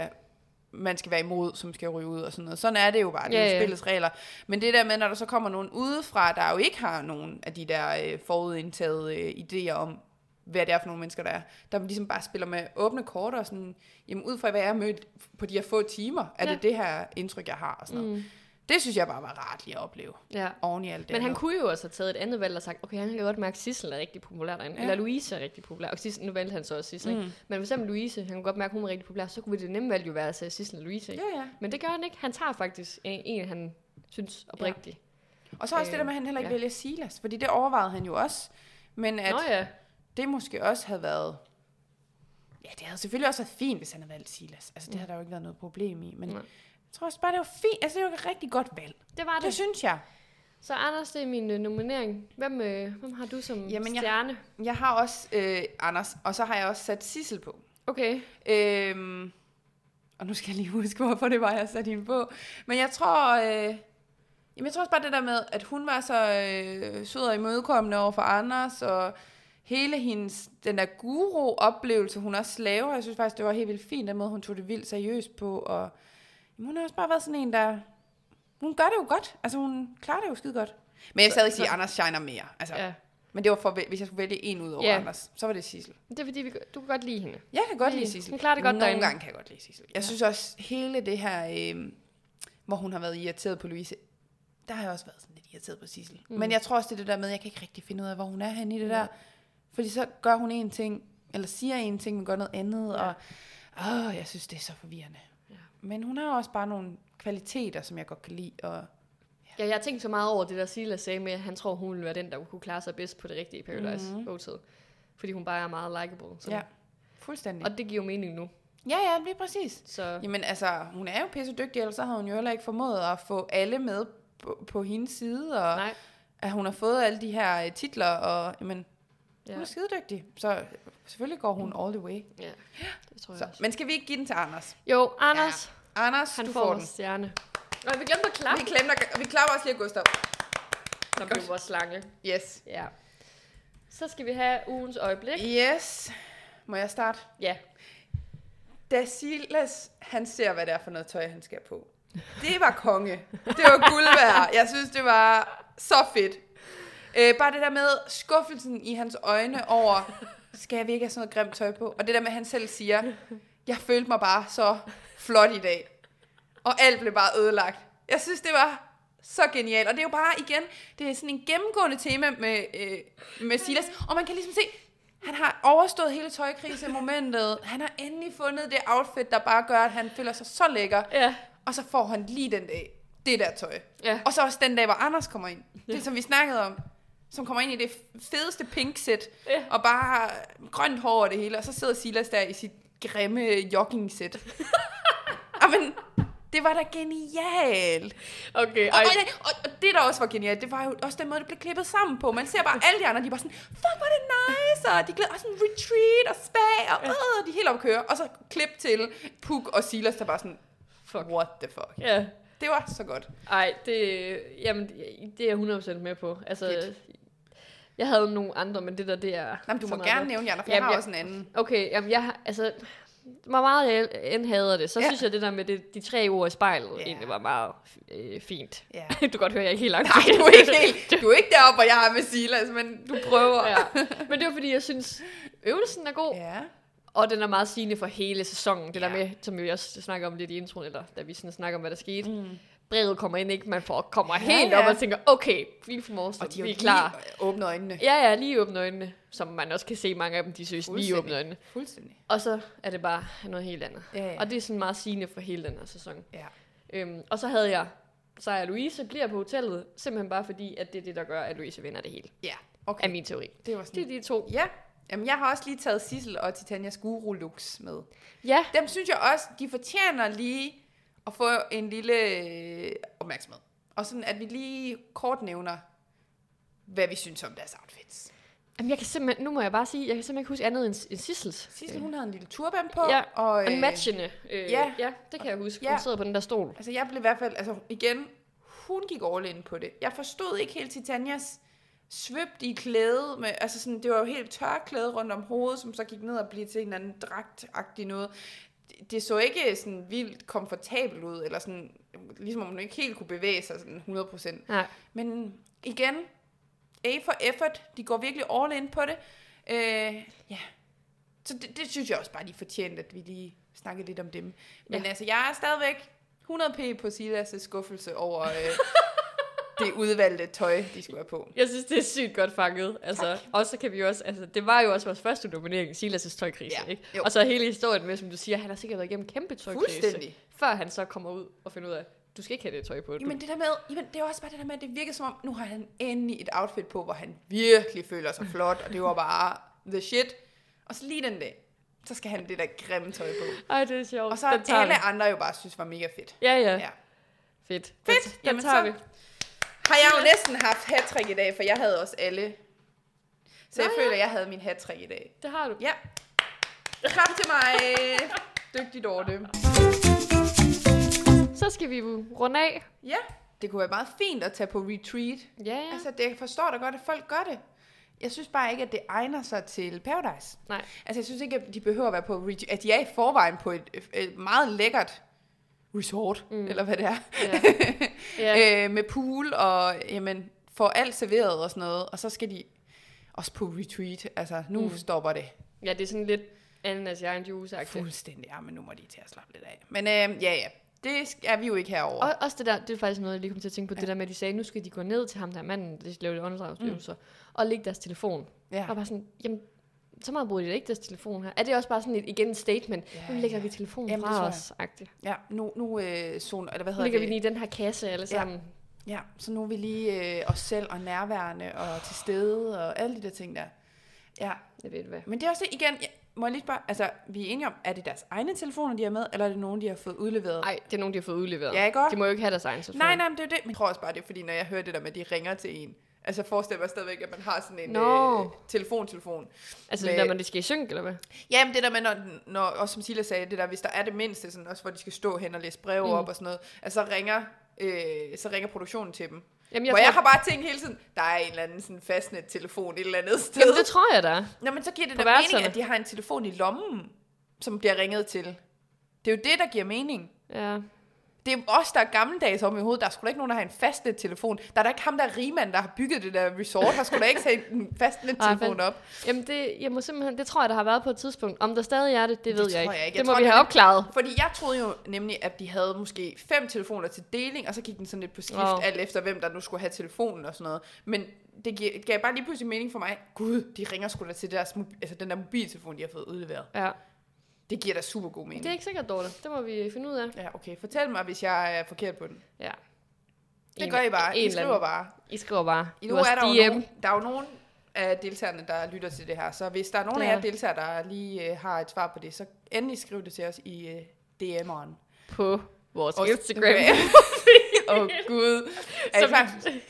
man skal være imod, som skal ryge ud og sådan noget. Sådan er det jo bare, det er jo spillets regler. Men det der med, når der så kommer nogen udefra, der jo ikke har nogen af de der forudindtagede idéer om, hvad det er for nogle mennesker, der ligesom bare spiller med åbne kort og sådan, jamen ud fra hvad jeg har mødt på de her få timer, er det her indtryk, jeg har og sådan noget. Det synes jeg bare var rart lige at opleve. Ja. Oven i alt det. Men han kunne jo også have taget et andet valg og sagt, okay, han kan godt mærke, at Sissel er rigtig populær derinde. Ja. Eller Louise er rigtig populær. Og Sissel, nu valgte han så også Sissel. Men for eksempel Louise, han kunne godt mærke, at hun er rigtig populær. Så kunne det nemme valg jo være at sige Sissel og Louise. Ikke? Ja. Men det gør han ikke. Han tager faktisk en han synes oprigtigt. Ja. Og så også det der med, at han heller ikke vælger Silas. Fordi det overvejede han jo også. Men at det måske også havde været... Ja, det havde selvfølgelig også været fint, hvis han havde valgt Silas. Altså det havde der jo ikke været noget problem i. Men jeg tror også bare, det var fint. Altså det var et rigtig godt valg. Det var det. Det synes jeg. Så Anders, det er min nominering. Hvem har du som stjerne? Jeg har også Anders, og så har jeg også sat Sissel på. Okay. Og nu skal jeg lige huske, hvorfor det var, jeg satte hende på. Men jeg tror... jeg tror også bare det der med, at hun var så sød og imødekommende over for Anders, og hele hendes, den der guru-oplevelse, hun også laver, jeg synes faktisk, det var helt vildt fint, den måde, hun tog det vildt seriøst på, og hun har også bare været sådan en, der... Hun gør det jo godt. Altså, hun klarer det jo skide godt. Men jeg vil stadig sige, at Anders shiner mere. Altså, men det var for, hvis jeg skulle vælge en ud over Anders, så var det Sissel. Det er fordi, du kan godt lide hende. Jeg kan godt lide Sissel. Hun klarer det godt derinde. Nogle gange kan jeg godt lide Sissel. Jeg synes også, hele det her, hvor hun har været irriteret på Louise, der har jeg også været sådan lidt irriteret på Sissel. Men jeg tror også, det er det der med, jeg kan ikke rigtig finde ud af, hvor hun er henne i det der. Fordi så gør hun en ting, eller siger en ting, men gør noget andet, og jeg synes, det er så forvirrende. Ja. Men hun har også bare nogle kvaliteter, som jeg godt kan lide. Og, jeg har tænkt så meget over det, der Silas sagde med, at han tror, hun ville være den, der kunne klare sig bedst på det rigtige Paradise-voted. Fordi hun bare er meget likeable. Ja, fuldstændig. Og det giver jo mening nu. Ja, lige præcis. Så. Jamen altså, hun er jo pisse dygtig, ellers så havde hun jo heller ikke formået at få alle med på hendes side. Og at hun har fået alle de her titler, og jamen... Hun er skidedygtig, så selvfølgelig går hun all the way. Ja, det tror jeg så, også. men skal vi ikke give den til Anders? Jo, Anders. Ja. Anders, han du får den. Stjerne. Og vi glemte at klappe. Vi klapper også lige af Gustav. Når vi vores slange. Yes. Ja. Så skal vi have ugens øjeblik. Yes. Må jeg starte? Ja. Da Silas, han ser, hvad det er for noget tøj, han skal på. Det var konge. Det var guld værd. Jeg synes, det var så fedt. Bare det der med skuffelsen i hans øjne over, skal vi ikke have sådan noget grimt tøj på? Og det der med, at han selv siger, jeg følte mig bare så flot i dag. Og alt blev bare ødelagt. Jeg synes, det var så genialt. Og det er jo bare, igen, det er sådan en gennemgående tema med Silas. Og man kan ligesom se, han har overstået hele tøjkrisemomentet. Han har endelig fundet det outfit, der bare gør, at han føler sig så lækker. Ja. Og så får han lige den dag det der tøj. Ja. Og så også den dag, hvor Anders kommer ind. Det, som vi snakkede om. Som kommer ind i det fedeste pink sæt. Ja. Og bare grønt hår og det hele. Og så sidder Silas der i sit grimme jogging-sæt. Jamen, det var da genialt. Okay, og det, der også var genialt, det var jo også den måde, det blev klippet sammen på. Man ser bare alle de andre, de var sådan, fuck, var det nice, og de glæder også sådan retreat og spa, og de er helt op at køre. Og så klip til Puk og Silas, der bare sådan, fuck. What the fuck. Ja. Det var så godt. Ej, det er jeg 100% med på. Altså, jeg havde nogle andre, men det der, det er... Jamen, du må gerne nævne jer, for jeg har også en anden. Okay, jamen jeg har, altså... Hvor meget jeg end hader det, så synes jeg, det der med de 3 ord i spejlet egentlig var meget fint. Du kan godt høre, jeg er ikke helt langt. Nej, du er ikke deroppe, hvor jeg er med Silas, men du prøver. Ja. Men det var fordi, jeg synes, øvelsen er god, og den er meget sigende for hele sæsonen. Det der med, som vi også snakker om lidt i introen, eller da vi sådan snakker om, hvad der skete. Brevet kommer ind, ikke? Man kommer helt op og tænker, okay, vi er klar. Åbne øjnene. Ja, lige åbne øjnene. Som man også kan se, mange af dem, de synes lige åbne øjnene. Fuldstændig. Og så er det bare noget helt andet. Ja. Og det er sådan meget sigende for hele den her sæson. Ja. Og så havde jeg Louise bliver på hotellet, simpelthen bare fordi, at det er det, der gør, at Louise vinder det hele. Ja, okay. Af min teori. Det var sådan. Det er de 2. Ja. Jamen, jeg har også lige taget Sissel og Titanias guru-looks med. Ja. Dem synes jeg også, de fortjener lige at få en lille opmærksomhed. Og sådan, at vi lige kort nævner, hvad vi synes om deres outfits. Jamen, jeg kan simpelthen, nu må jeg bare sige, jeg kan simpelthen ikke huske andet end Sissels. Sissel, hun havde en lille turban på. Ja, og matchende. Ja, det kan jeg huske. Hun sidder på den der stol. Altså, jeg blev i hvert fald, igen, hun gik all in på det. Jeg forstod ikke helt Titanias svøbt i klæde, med, altså sådan, det var jo helt tørklæde rundt om hovedet, som så gik ned og blev til en anden dragt-agtig noget. Det så ikke sådan vildt komfortabelt ud, eller sådan, ligesom om man ikke helt kunne bevæge sig sådan 100%. Nej. Men igen, A for effort, de går virkelig all in på det. Så det synes jeg også bare, de fortjente, at vi lige snakkede lidt om dem. Men altså, jeg er stadigvæk 100p på Silas' skuffelse over det udvalgte tøj, de skulle have på. Jeg synes, det er sygt godt fanget. Altså, og så kan vi også, altså, det var jo også vores første nominering, Silas' tøjkrise, ikke? Og så hele historien med, som du siger, han har sikkert været igennem kæmpe tøjkrise, før han så kommer ud og finder ud af, du skal ikke have det tøj på. Jamen, det der med, det er også bare det der med, at det virker som om, nu har han endelig et outfit på, hvor han virkelig føler sig flot, og det var bare the shit. Og så lige den dag, så skal han det der grimme tøj på. Ej, det er sjovt. Og så alle andre jo bare synes var mega fedt. Ja. Fedt. Jamen, så vi. Har jeg jo næsten haft hattrick i dag, for jeg havde også alle. Så jeg føler, jeg havde min hattrick i dag. Det har du. Ja. Klap til mig. Dygtigt over det. Så skal vi runde af. Ja, det kunne være meget fint at tage på retreat. Ja. Altså, det forstår da godt, at folk gør det. Jeg synes bare ikke, at det egner sig til Paradise. Nej. Altså, jeg synes ikke, at de behøver at være på retreat. At de er i forvejen på et meget lækkert resort, eller hvad det er. Ja. Med pool og får alt serveret og sådan noget. Og så skal de også på retreat. Altså, nu stopper det. Ja, det er sådan lidt ananas i egen juice-agtigt. Fuldstændig, ja, men nu må de til at slappe lidt af. Men ja, det er vi jo ikke herovre. Og også det der, det er faktisk noget, jeg lige kom til at tænke på, det der med, at de sagde, nu skal de gå ned til ham, der manden, de lavede åndedrætsøvelser, og lægge deres telefon. Ja. Og bare sådan, jamen, så meget bruger de da ikke deres telefon her. Er det også bare sådan et statement? Nu lægger vi telefonen fra os-agtigt. Ja, nu eller hvad hedder lægger vi lige i den her kasse alle sammen. Ja, så nu er vi lige os selv og nærværende og til stede og alle de der ting der. Ja. Det ved du hvad. Men det er også igen, må jeg lige spørge, altså vi er enige om, er det deres egne telefoner, de har med, eller er det nogen, de har fået udleveret? Nej, det er nogen, de har fået udleveret. Ja, ikke? De må jo ikke have deres egen telefon. Nej, men det er det. Men jeg tror også bare, det er fordi, når jeg hører det der med, at de ringer til en. Altså forestil mig stadigvæk, at man har sådan en telefon. Altså det der, når de skal i synk, eller hvad? Ja, men det der med, når også som Silla sagde, det der, hvis der er det mindste, sådan, også hvor de skal stå hen og læse breve op og sådan noget, altså så ringer produktionen til dem. Jamen, jeg har bare tænkt hele tiden, der er en eller anden sådan fastnet-telefon et eller andet sted. Jamen, det tror jeg da. Nå, men så giver det da mening, at de har en telefon i lommen, som bliver ringet til. Det er jo det, der giver mening. Ja. Det er os, der er gammeldags om i hovedet. Der er sgu da ikke nogen, der har en fastnet-telefon. Der er da ikke ham, der er rigmand, der har bygget det der resort. Der skulle da ikke sætte en fastnet-telefon op. Jamen, det tror jeg, der har været på et tidspunkt. Om der stadig er det ved jeg ikke. Det må tror, vi have opklaret. Fordi jeg troede jo nemlig, at de havde måske 5 telefoner til deling, og så gik den sådan lidt på skift, alt efter hvem der nu skulle have telefonen og sådan noget. Men det gav bare lige pludselig mening for mig. Gud, de ringer sgu da til den der mobiltelefon, de har fået udleveret. Ja. Det giver da super god mening. Det er ikke sikkert, Dorte. Det må vi finde ud af. Ja, okay. Fortæl mig, hvis jeg er forkert på den. Ja. Det gør I bare. I skriver bare. I skriver bare. Nu er der er jo nogen af deltagerne, der lytter til det her. Så hvis der er nogen af jer deltagere, der lige har et svar på det, så endelig skriv det til os i DM'eren. På vores Instagram. Gud. Er I klar?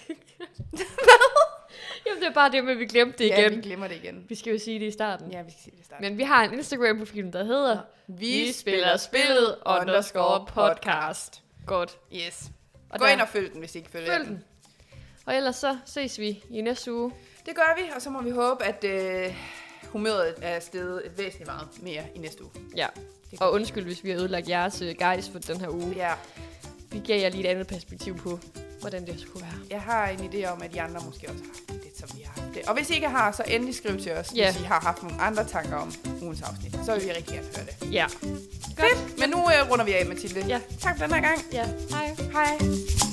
Jamen, det er bare det med, at vi glemte det igen. Ja, vi glemmer det igen. Vi skal jo sige det i starten. Ja, vi skal sige det i starten. Men vi har en Instagram-profil, der hedder Vi spiller spillet _podcast. Godt. Yes. Og gå ind og følg den, hvis I ikke følger den. Og ellers så ses vi i næste uge. Det gør vi, og så må vi håbe, at humøret er steget væsentligt meget mere i næste uge. Ja, og undskyld, hvis vi har ødelagt jeres guides for den her uge. Ja. Vi gav jer lige et andet perspektiv på, hvordan det skulle være. Jeg har en idé om, at de andre måske også har det, som vi har haft det. Og hvis I ikke har, så endelig skriv til os, hvis I har haft nogle andre tanker om ugens afsnit. Så vil vi rigtig gerne høre det. Ja. Godt. Men nu runder vi af, Mathilde. Ja. Tak for den her gang. Ja. Hej. Hej.